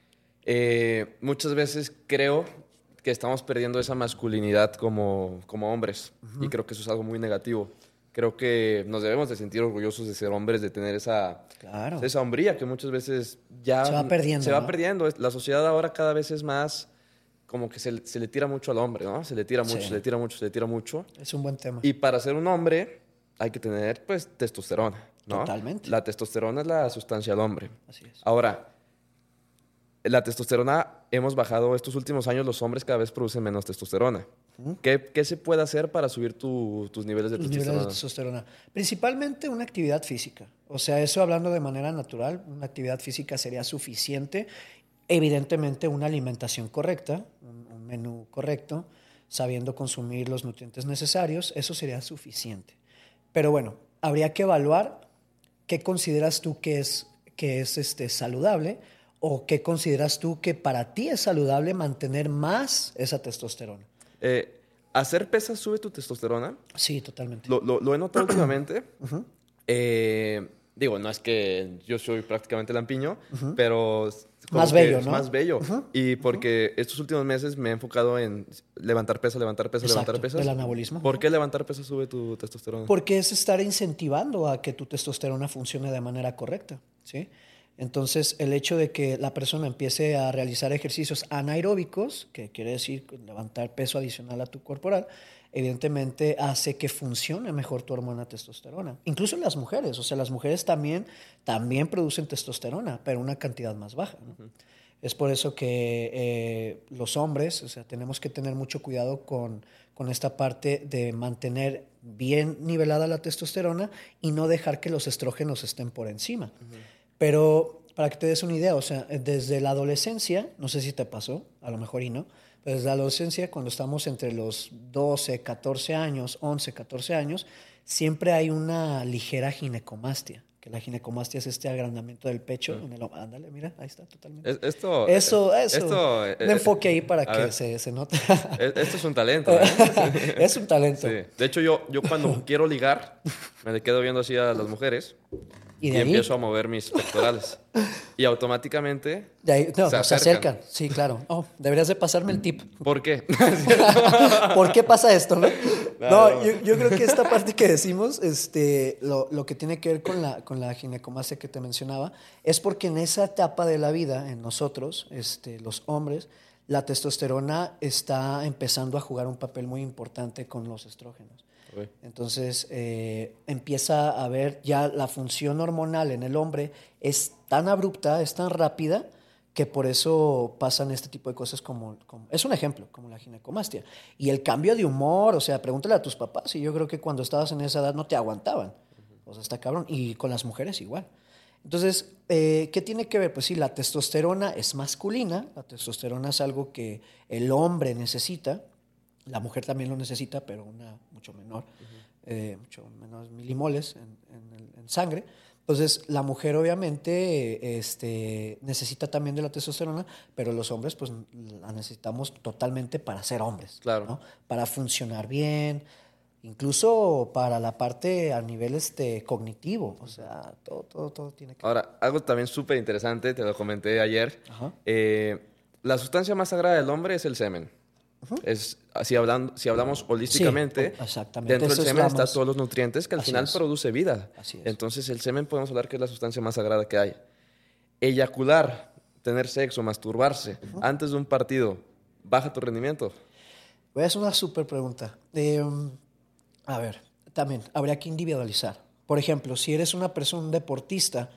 Eh, muchas veces creo que estamos perdiendo esa masculinidad como, como hombres uh-huh. y creo que eso es algo muy negativo. Creo que nos debemos de sentir orgullosos de ser hombres, de tener esa, claro. esa hombría que muchas veces ya se va perdiendo. Se va ¿no? perdiendo. La sociedad ahora cada vez es más como que se, se le tira mucho al hombre, ¿no? Se le tira mucho, sí. se le tira mucho, se le tira mucho. Es un buen tema. Y para ser un hombre hay que tener, pues, testosterona, ¿no? Totalmente. La testosterona es la sustancia del hombre. Así es. Ahora, la testosterona, hemos bajado estos últimos años, los hombres cada vez producen menos testosterona. Uh-huh. ¿Qué, ¿Qué se puede hacer para subir tu, tus niveles de Los testosterona? Niveles de testosterona? Principalmente una actividad física. O sea, eso hablando de manera natural, una actividad física sería suficiente. Evidentemente una alimentación correcta, un, un menú correcto, sabiendo consumir los nutrientes necesarios, eso sería suficiente. Pero bueno, habría que evaluar qué consideras tú que es, que es este, saludable. ¿O qué consideras tú que para ti es saludable mantener más esa testosterona? Eh, ¿Hacer pesas sube tu testosterona? Sí, totalmente. Lo, lo, lo he notado últimamente. Uh-huh. eh, digo, no es que yo soy prácticamente lampiño, uh-huh. pero... Más bello, es ¿no? Más bello. Uh-huh. Y porque uh-huh. estos últimos meses me he enfocado en levantar pesas, levantar pesas, Exacto, levantar pesas. El anabolismo. ¿Por qué levantar pesas sube tu testosterona? Porque es estar incentivando a que tu testosterona funcione de manera correcta, ¿sí? Entonces, el hecho de que la persona empiece a realizar ejercicios anaeróbicos, que quiere decir levantar peso adicional a tu corporal, evidentemente hace que funcione mejor tu hormona testosterona. Incluso en las mujeres, o sea, las mujeres también, también producen testosterona, pero una cantidad más baja, ¿no? Uh-huh. Es por eso que eh, los hombres, o sea, tenemos que tener mucho cuidado con, con esta parte de mantener bien nivelada la testosterona y no dejar que los estrógenos estén por encima. Uh-huh. Pero para que te des una idea, o sea, desde la adolescencia, no sé si te pasó, a lo mejor y no, pero desde la adolescencia, cuando estamos entre los doce, catorce años, once, catorce años, siempre hay una ligera ginecomastia, que la ginecomastia es este agrandamiento del pecho. Sí. En el, ándale, mira, ahí está, totalmente. Es, esto, eso, eso. Esto, un eh, enfoque ahí para que se, se note. Esto es un talento, ¿eh? Es un talento. Sí. De hecho, yo, yo cuando quiero ligar, me le quedo viendo así a las mujeres. Y, y empiezo a mover mis pectorales. Y automáticamente de ahí, no, se, no, se acercan. Sí, claro. Oh, deberías de pasarme el tip. ¿Por qué? ¿Por qué pasa esto? No, no, no yo, yo creo que esta parte que decimos, este, lo, lo que tiene que ver con la, con la ginecomastia que te mencionaba, es porque en esa etapa de la vida, en nosotros, este, los hombres, la testosterona está empezando a jugar un papel muy importante con los estrógenos. Uy. Entonces eh, empieza a haber ya la función hormonal en el hombre es tan abrupta, es tan rápida, que por eso pasan este tipo de cosas como, como... Es un ejemplo, como la ginecomastia. Y el cambio de humor, o sea, pregúntale a tus papás, y yo creo que cuando estabas en esa edad no te aguantaban. O sea, está cabrón. Y con las mujeres igual. Entonces, eh, ¿qué tiene que ver? Pues sí, la testosterona es masculina, la testosterona es algo que el hombre necesita, la mujer también lo necesita, pero una mucho menor, uh-huh. eh, mucho menos milimoles en, en, el, en sangre. Entonces, la mujer obviamente este, necesita también de la testosterona, pero los hombres pues la necesitamos totalmente para ser hombres, claro. ¿no? Para funcionar bien, incluso para la parte a nivel este, cognitivo, o sea, todo, todo, todo tiene que... Ahora, algo también súper interesante, te lo comenté ayer, eh, la sustancia más sagrada del hombre es el semen. Uh-huh. Es, si, hablando, si hablamos holísticamente, sí, exactamente. dentro Eso del semen están todos los nutrientes que al Así final es. produce vida. Así es. Entonces el semen podemos hablar que es la sustancia más sagrada que hay. Eyacular, tener sexo, masturbarse uh-huh. antes de un partido, ¿baja tu rendimiento? Es una súper pregunta. Eh, a ver, también habría que individualizar. Por ejemplo, si eres una persona, un deportista,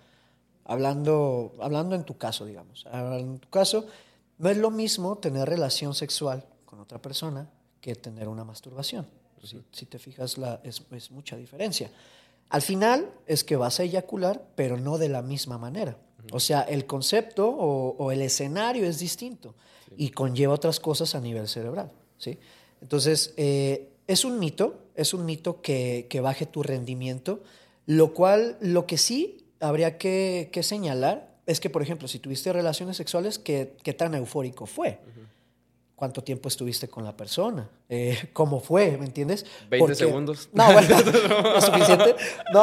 hablando, hablando en tu caso, digamos, en tu caso, no es lo mismo tener relación sexual con otra persona que tener una masturbación. Uh-huh. Si, si te fijas, la, es, es mucha diferencia. Al final es que vas a eyacular, pero no de la misma manera. Uh-huh. O sea, el concepto o, o el escenario es distinto sí. y conlleva otras cosas a nivel cerebral, ¿sí? Entonces, eh, es un mito, es un mito que, que baje tu rendimiento, lo cual, lo que sí habría que, que señalar es que, por ejemplo, si tuviste relaciones sexuales, ¿qué, qué tan eufórico fue? Uh-huh. ¿Cuánto tiempo estuviste con la persona? Eh, ¿Cómo fue? ¿Me entiendes? veinte Porque... segundos. No, bueno, ¿es suficiente? No,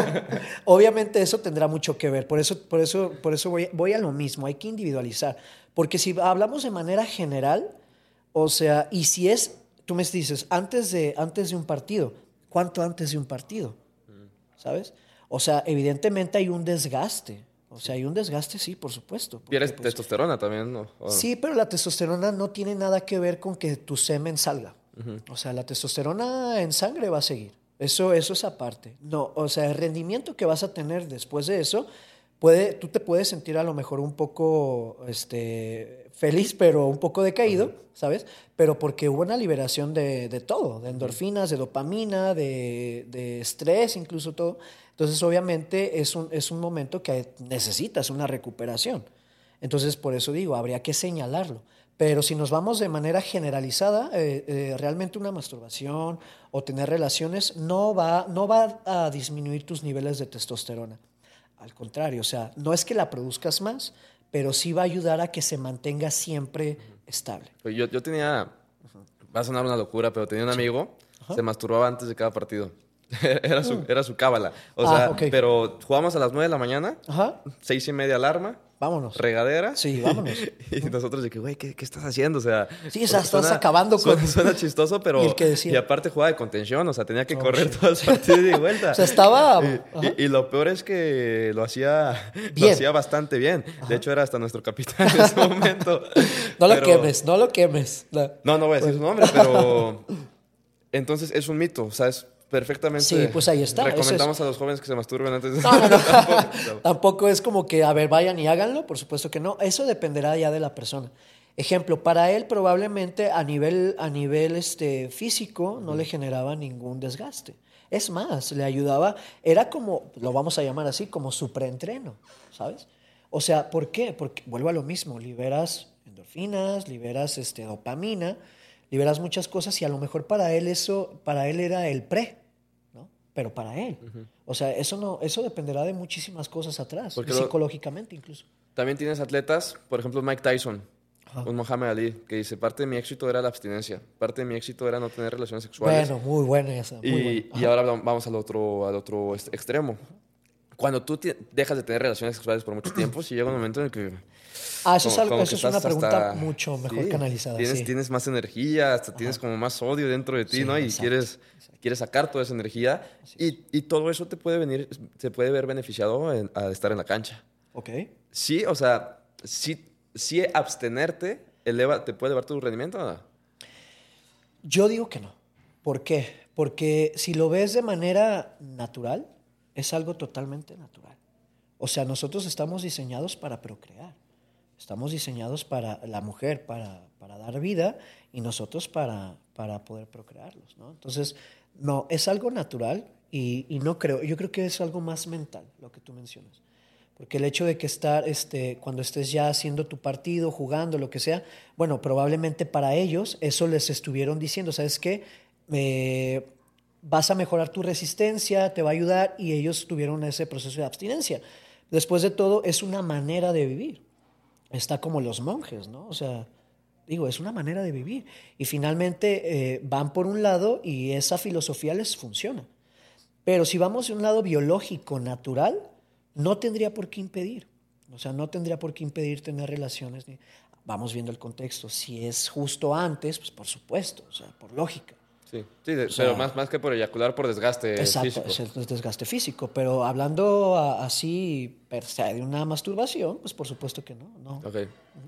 obviamente eso tendrá mucho que ver. Por eso, por eso, por eso voy, voy a lo mismo. Hay que individualizar. Porque si hablamos de manera general, o sea, y si es, tú me dices, antes de, antes de un partido, ¿cuánto antes de un partido? ¿Sabes? O sea, evidentemente hay un desgaste. O sea, hay un desgaste, sí, por supuesto. ¿Pierdes pues, testosterona también? ¿No? ¿O no? Sí, pero la testosterona no tiene nada que ver con que tu semen salga. Uh-huh. O sea, la testosterona en sangre va a seguir. Eso, eso es aparte. No, o sea, el rendimiento que vas a tener después de eso, puede, tú te puedes sentir a lo mejor un poco este, feliz, pero un poco decaído, uh-huh. ¿sabes? Pero porque hubo una liberación de, de todo, de endorfinas, de dopamina, de, de estrés, incluso todo. Entonces, obviamente, es un, es un momento que necesitas una recuperación. Entonces, por eso digo, habría que señalarlo. Pero si nos vamos de manera generalizada, eh, eh, realmente una masturbación o tener relaciones no va, no va a disminuir tus niveles de testosterona. Al contrario, o sea, no es que la produzcas más, pero sí va a ayudar a que se mantenga siempre uh-huh. estable. Pues yo, yo tenía, uh-huh. va a sonar una locura, pero tenía un amigo, uh-huh. se masturbaba antes de cada partido. Era su, uh. era su cábala. O ah, sea, okay. pero jugábamos a las nueve de la mañana, uh-huh. seis y media alarma. Vámonos. Regadera. Sí, vámonos. Y nosotros de que, güey, ¿qué, ¿qué estás haciendo? O sea... Sí, o sea, estás suena, acabando con... Suena, suena chistoso, pero... ¿Y el que decía? Y aparte jugaba de contención, o sea, tenía que oh, correr shit. todo el partido y de vuelta. O sea, estaba... Y, y, y lo peor es que lo hacía... Bien. Lo hacía bastante bien. Ajá. De hecho, era hasta nuestro capitán en ese momento. No lo pero... quemes, no lo quemes. No, no, no voy a decir su nombre, pero... Entonces, es un mito, o sea, es... Perfectamente. Sí, pues ahí está. Recomendamos es... a los jóvenes que se masturben antes de... No, no, no. tampoco, tampoco es como que, a ver, vayan y háganlo. Por supuesto que no. Eso dependerá ya de la persona. Ejemplo, para él probablemente a nivel, a nivel este, físico no uh-huh. le generaba ningún desgaste. Es más, le ayudaba, era como, lo vamos a llamar así, como su preentreno, ¿sabes? O sea, ¿por qué? Porque vuelvo a lo mismo, liberas endorfinas, liberas este, dopamina, liberas muchas cosas y a lo mejor para él eso, para él era el pre. Pero para él. Uh-huh. O sea, eso no, eso dependerá de muchísimas cosas atrás, psicológicamente incluso. También tienes atletas, por ejemplo, Mike Tyson, Ajá. un Muhammad Ali, que dice, parte de mi éxito era la abstinencia, parte de mi éxito era no tener relaciones sexuales. Bueno, muy buena esa. Muy y, buena. y ahora vamos al otro, al otro extremo. Cuando tú te, dejas de tener relaciones sexuales por mucho tiempo, si llega un momento en el que... Ah, eso como, es, algo, eso es una pregunta hasta, mucho mejor sí, canalizada. Tienes, sí. tienes más energía, hasta Ajá. tienes como más odio dentro de ti, sí, ¿no? Y exacto, quieres, exacto. quieres sacar toda esa energía. Y, y todo eso te puede venir, se puede ver beneficiado en, a estar en la cancha. Ok. Sí, o sea, sí, sí abstenerte eleva, ¿te puede elevar tu rendimiento o no? Yo digo que no. ¿Por qué? Porque si lo ves de manera natural, es algo totalmente natural. O sea, nosotros estamos diseñados para procrear. Estamos diseñados para la mujer, para, para dar vida, y nosotros para, para poder procrearlos, ¿no? Entonces, no, es algo natural y, y no creo, yo creo que es algo más mental, lo que tú mencionas. Porque el hecho de que estar, este, cuando estés ya haciendo tu partido, jugando, lo que sea, bueno, probablemente para ellos eso les estuvieron diciendo, ¿sabes qué? Eh, vas a mejorar tu resistencia, te va a ayudar, y ellos tuvieron ese proceso de abstinencia. Después de todo, es una manera de vivir. Está como los monjes, ¿no? O sea, digo, es una manera de vivir. Y finalmente eh, van por un lado y esa filosofía les funciona. Pero si vamos de un lado biológico, natural, no tendría por qué impedir. O sea, no tendría por qué impedir tener relaciones. Ni... Vamos viendo el contexto. Si es justo antes, pues por supuesto, o sea, por lógica. Sí, sí, de, O sea, pero más, más que por eyacular, por desgaste exacto, físico. es el desgaste físico. Pero hablando a, así, per se, de una masturbación, pues por supuesto que no. no. Ok.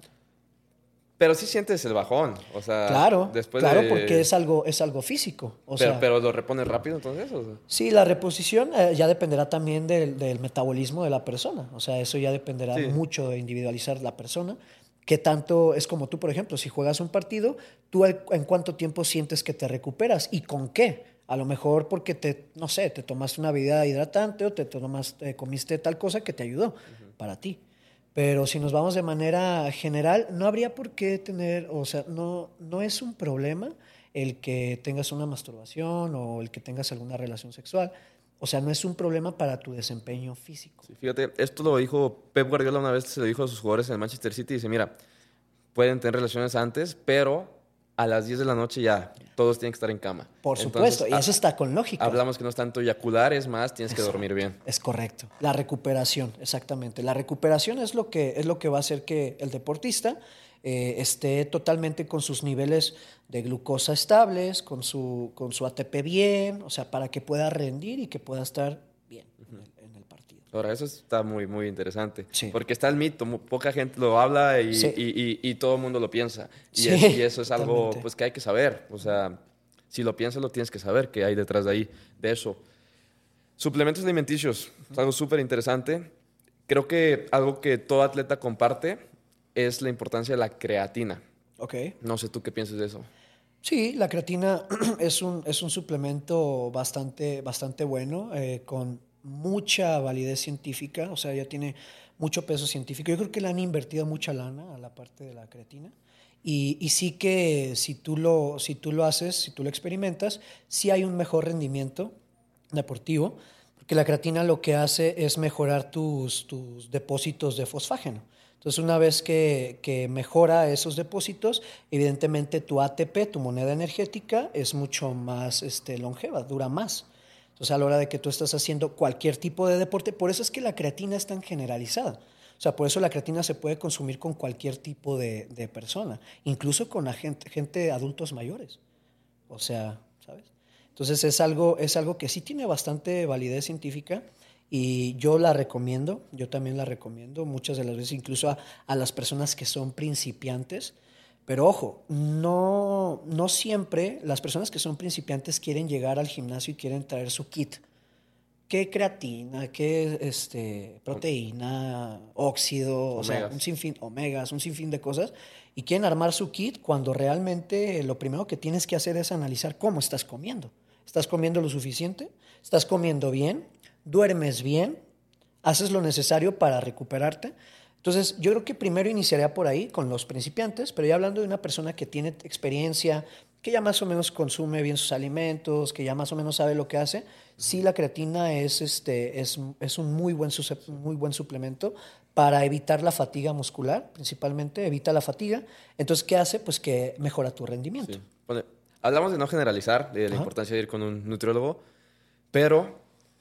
Pero sí sientes el bajón, o sea, Claro, después claro, de... porque es algo, es algo físico. O pero, sea, pero lo repones rápido entonces, ¿o sea? sí, la reposición eh, ya dependerá también del, del metabolismo de la persona. O sea, eso ya dependerá Sí. mucho de individualizar la persona. ¿Qué tanto es como tú, por ejemplo? Si juegas un partido, ¿tú al- en cuánto tiempo sientes que te recuperas? ¿Y con qué? A lo mejor porque te, no sé, te tomaste una bebida hidratante o te tomaste, comiste tal cosa que te ayudó para ti. Pero si nos vamos de manera general, no habría por qué tener, o sea, no, no es un problema el que tengas una masturbación o el que tengas alguna relación sexual. O sea, no es un problema para tu desempeño físico. Sí, fíjate, esto lo dijo Pep Guardiola una vez, se lo dijo a sus jugadores en el Manchester City, dice, mira, pueden tener relaciones antes, pero a las diez de la noche ya, todos tienen que estar en cama. Por Entonces, supuesto, y a- eso está con lógica. hablamos que no es tanto eyacular, es más, tienes que dormir bien. Es correcto. La recuperación, exactamente. La recuperación es lo que, es lo que va a hacer que el deportista eh, esté totalmente con sus niveles de glucosa estables, con su, con su A T P bien, o sea, para que pueda rendir y que pueda estar bien en el, en el partido. Ahora, eso está muy, muy interesante. Sí. Porque está el mito, mu- poca gente lo habla y, Sí. y- y- y todo el mundo lo piensa. Y, Sí, es- y eso es algo totalmente. pues, que hay que saber. O sea, si lo piensas, lo tienes que saber qué hay detrás de ahí, de eso. Suplementos alimenticios, es algo súper interesante. Creo que algo que todo atleta comparte es la importancia de la creatina. Ok. No sé tú qué piensas de eso. Sí, la creatina es un, es un suplemento bastante, bastante bueno, eh, con mucha validez científica, o sea, ya tiene mucho peso científico. Yo creo que le han invertido mucha lana a la parte de la creatina. Y, y sí que si tú, lo, si tú lo haces, si tú lo experimentas, sí hay un mejor rendimiento deportivo, porque la creatina lo que hace es mejorar tus, tus depósitos de fosfágeno. Entonces, una vez que, que mejora esos depósitos, evidentemente tu A T P, tu moneda energética, es mucho más este, longeva, dura más. Entonces, a la hora de que tú estás haciendo cualquier tipo de deporte, por eso es que la creatina es tan generalizada. O sea, por eso la creatina se puede consumir con cualquier tipo de, de persona, incluso con la gente, gente adultos mayores. O sea, ¿sabes? Entonces es algo, es algo que sí tiene bastante validez científica y yo la recomiendo, yo también la recomiendo muchas de las veces, incluso a, a las personas que son principiantes. Pero ojo, no, no siempre las personas que son principiantes quieren llegar al gimnasio y quieren traer su kit. ¿Qué creatina? ¿Qué este, proteína? Óxido, o sea, Omegas. un sinfín, omegas, un sinfín de cosas. Y quieren armar su kit cuando realmente lo primero que tienes que hacer es analizar cómo estás comiendo. ¿Estás comiendo lo suficiente? ¿Estás comiendo bien? ¿Duermes bien? ¿Haces lo necesario para recuperarte? Entonces, yo creo que primero iniciaría por ahí con los principiantes, pero ya hablando de una persona que tiene experiencia, que ya más o menos consume bien sus alimentos, que ya más o menos sabe lo que hace, sí la creatina es, este, es, es un muy buen, suce- muy buen suplemento para evitar la fatiga muscular, principalmente, evita la fatiga. Entonces, ¿qué hace? Pues que mejora tu rendimiento. Sí. Bueno, hablamos de no generalizar, de la Ajá. importancia de ir con un nutriólogo, pero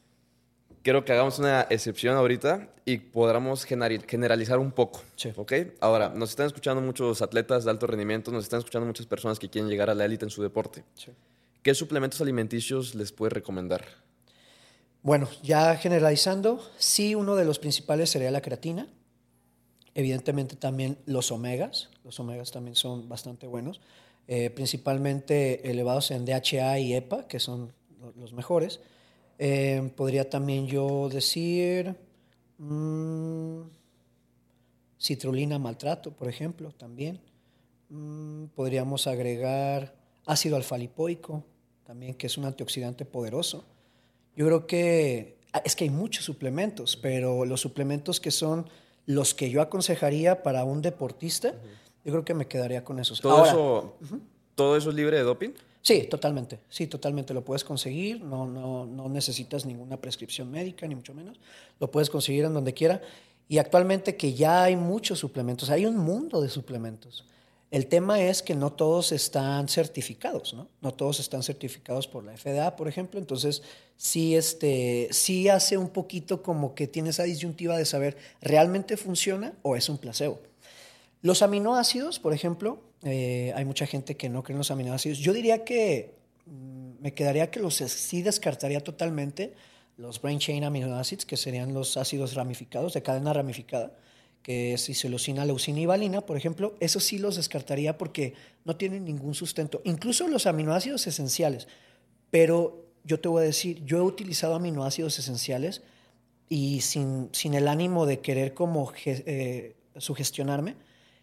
quiero que hagamos una excepción ahorita y podamos generi- generalizar un poco. Sí. ¿Ok? Ahora, nos están escuchando muchos atletas de alto rendimiento, nos están escuchando muchas personas que quieren llegar a la élite en su deporte. Sí. ¿Qué suplementos alimenticios les puedes recomendar? Bueno, ya generalizando, sí, uno de los principales sería la creatina. Evidentemente también los omegas. Los omegas también son bastante buenos. Eh, principalmente elevados en D H A y E P A, que son los mejores. Eh, podría también yo decir mmm, citrulina maltrato, por ejemplo, también. Mm, podríamos agregar ácido alfa-lipoico, también, que es un antioxidante poderoso. Yo creo que es que hay muchos suplementos, pero los suplementos que son los que yo aconsejaría para un deportista, uh-huh. yo creo que me quedaría con esos. ¿Todo, Ahora, eso, uh-huh. ¿Todo eso es libre de doping? Sí, totalmente. Sí, totalmente. Lo puedes conseguir. No, no, no necesitas ninguna prescripción médica, ni mucho menos. Lo puedes conseguir en donde quiera. Y actualmente que ya hay muchos suplementos, hay un mundo de suplementos. El tema es que no todos están certificados, ¿no? No todos están certificados por la F D A, por ejemplo. Entonces, sí, este, sí hace un poquito como que tiene esa disyuntiva de saber, ¿realmente funciona o es un placebo? Los aminoácidos, por ejemplo, eh, hay mucha gente que no cree en los aminoácidos. Yo diría que mmm, me quedaría que los sí descartaría totalmente los brain chain amino acids, que serían los ácidos ramificados, de cadena ramificada, que es isoleucina, leucina y valina, por ejemplo. Esos sí los descartaría porque no tienen ningún sustento. Incluso los aminoácidos esenciales. Pero yo te voy a decir, yo he utilizado aminoácidos esenciales y sin, sin el ánimo de querer como eh, sugestionarme,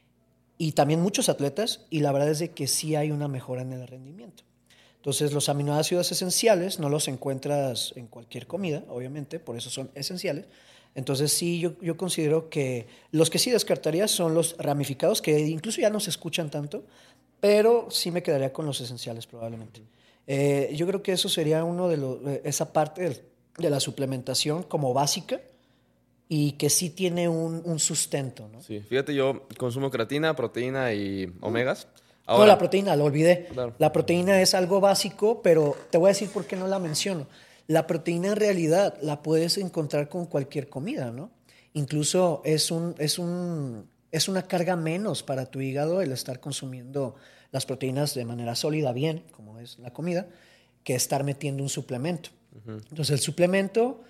y también muchos atletas, y la verdad es de que sí hay una mejora en el rendimiento. Entonces, los aminoácidos esenciales no los encuentras en cualquier comida, obviamente, por eso son esenciales. Entonces, sí, yo, yo considero que los que sí descartaría son los ramificados, que incluso ya no se escuchan tanto, pero sí me quedaría con los esenciales probablemente. Eh, yo creo que eso sería uno de los, esa parte de, de la suplementación como básica, y que sí tiene un, un sustento, ¿no? Sí, fíjate, yo consumo creatina, proteína y omegas. Ahora, no, la proteína, lo olvidé. Claro. La proteína es algo básico, pero te voy a decir por qué no la menciono. La proteína en realidad la puedes encontrar con cualquier comida, ¿no? Incluso es, un, es, un, es una carga menos para tu hígado el estar consumiendo las proteínas de manera sólida, bien, como es la comida, que estar metiendo un suplemento. Uh-huh. Entonces, el suplemento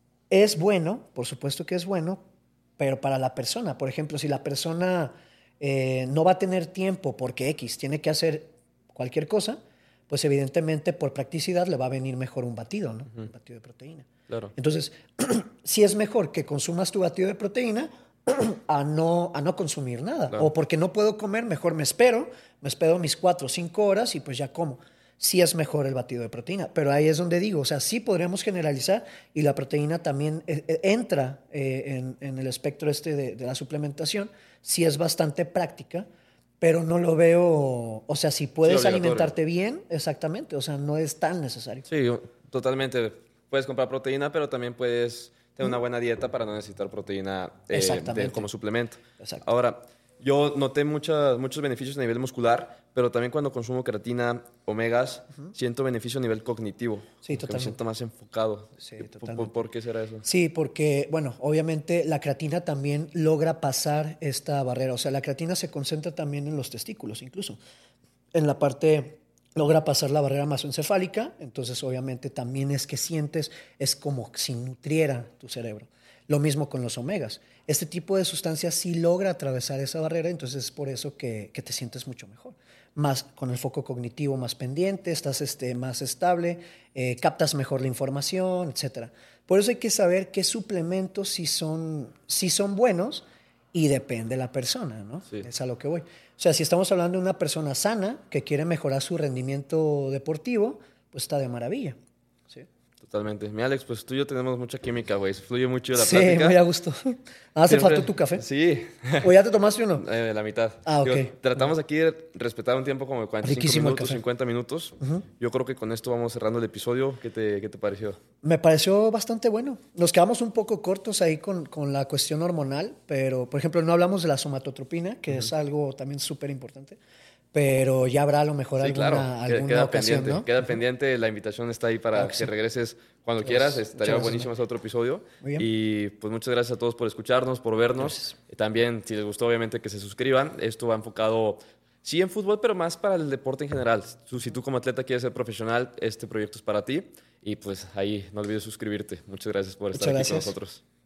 es bueno, por supuesto que es bueno, pero para la persona. Por ejemplo, si la persona eh, no va a tener tiempo porque X tiene que hacer cualquier cosa, pues evidentemente por practicidad le va a venir mejor un batido, ¿no? Uh-huh. Un batido de proteína. Claro. Entonces, sí es mejor que consumas tu batido de proteína a no, a no consumir nada. Claro. O porque no puedo comer, mejor me espero, me espero mis cuatro o cinco horas y pues ya como. Sí es mejor el batido de proteína, pero ahí es donde digo, o sea, sí podríamos generalizar y la proteína también eh, entra eh, en, en el espectro este de, de la suplementación, sí es bastante práctica, pero no lo veo, o sea, si puedes sí, alimentarte bien, exactamente, o sea, no es tan necesario. Sí, totalmente, puedes comprar proteína, pero también puedes tener una buena dieta para no necesitar proteína eh, de, como suplemento. Exacto. Ahora, yo noté muchas, muchos beneficios a nivel muscular, pero también cuando consumo creatina, omegas, uh-huh. siento beneficio a nivel cognitivo. Sí, totalmente. Me siento más enfocado. Sí, totalmente. ¿Por, ¿Por qué será eso? Sí, porque, bueno, obviamente la creatina también logra pasar esta barrera. O sea, la creatina se concentra también en los testículos, incluso. En la parte, logra pasar la barrera masoencefálica, entonces obviamente también es que sientes, es como si nutriera tu cerebro. Lo mismo con los omegas. Este tipo de sustancias sí logra atravesar esa barrera, entonces es por eso que, que te sientes mucho mejor. Más con el foco cognitivo más pendiente, estás este, más estable, eh, captas mejor la información, etcétera. Por eso hay que saber qué suplementos sí son, sí son buenos y depende de la persona, ¿no? Sí. Es a lo que voy. O sea, si estamos hablando de una persona sana que quiere mejorar su rendimiento deportivo, pues está de maravilla. ¿Sí? Totalmente. Mi Alex, pues tú y yo tenemos mucha química, güey. Fluye mucho la sí, plática. Sí, muy a gusto. ¿Hace Siempre... falta tu café? Sí. ¿O ya te tomaste uno? Eh, la mitad. Ah, ok. Yo, tratamos aquí de respetar un tiempo como de cuarenta y cinco Riquísimo minutos, cincuenta minutos. Uh-huh. Yo creo que con esto vamos cerrando el episodio. ¿Qué te, qué te pareció? Me pareció bastante bueno. Nos quedamos un poco cortos ahí con, con la cuestión hormonal, pero, por ejemplo, no hablamos de la somatotropina, que uh-huh. es algo también súper importante. Pero ya habrá a lo mejor sí, alguna, claro. alguna queda ocasión, pendiente, ¿no? Queda pendiente, la invitación está ahí para okay. que regreses cuando pues, quieras. Estaría buenísimo ese otro episodio. Muy bien. Y pues muchas gracias a todos por escucharnos, por vernos. Gracias. También, si les gustó, obviamente que se suscriban. Esto va enfocado, sí, en fútbol, pero más para el deporte en general. Si tú como atleta quieres ser profesional, este proyecto es para ti. Y pues ahí no olvides suscribirte. Muchas gracias por estar muchas aquí gracias. con nosotros.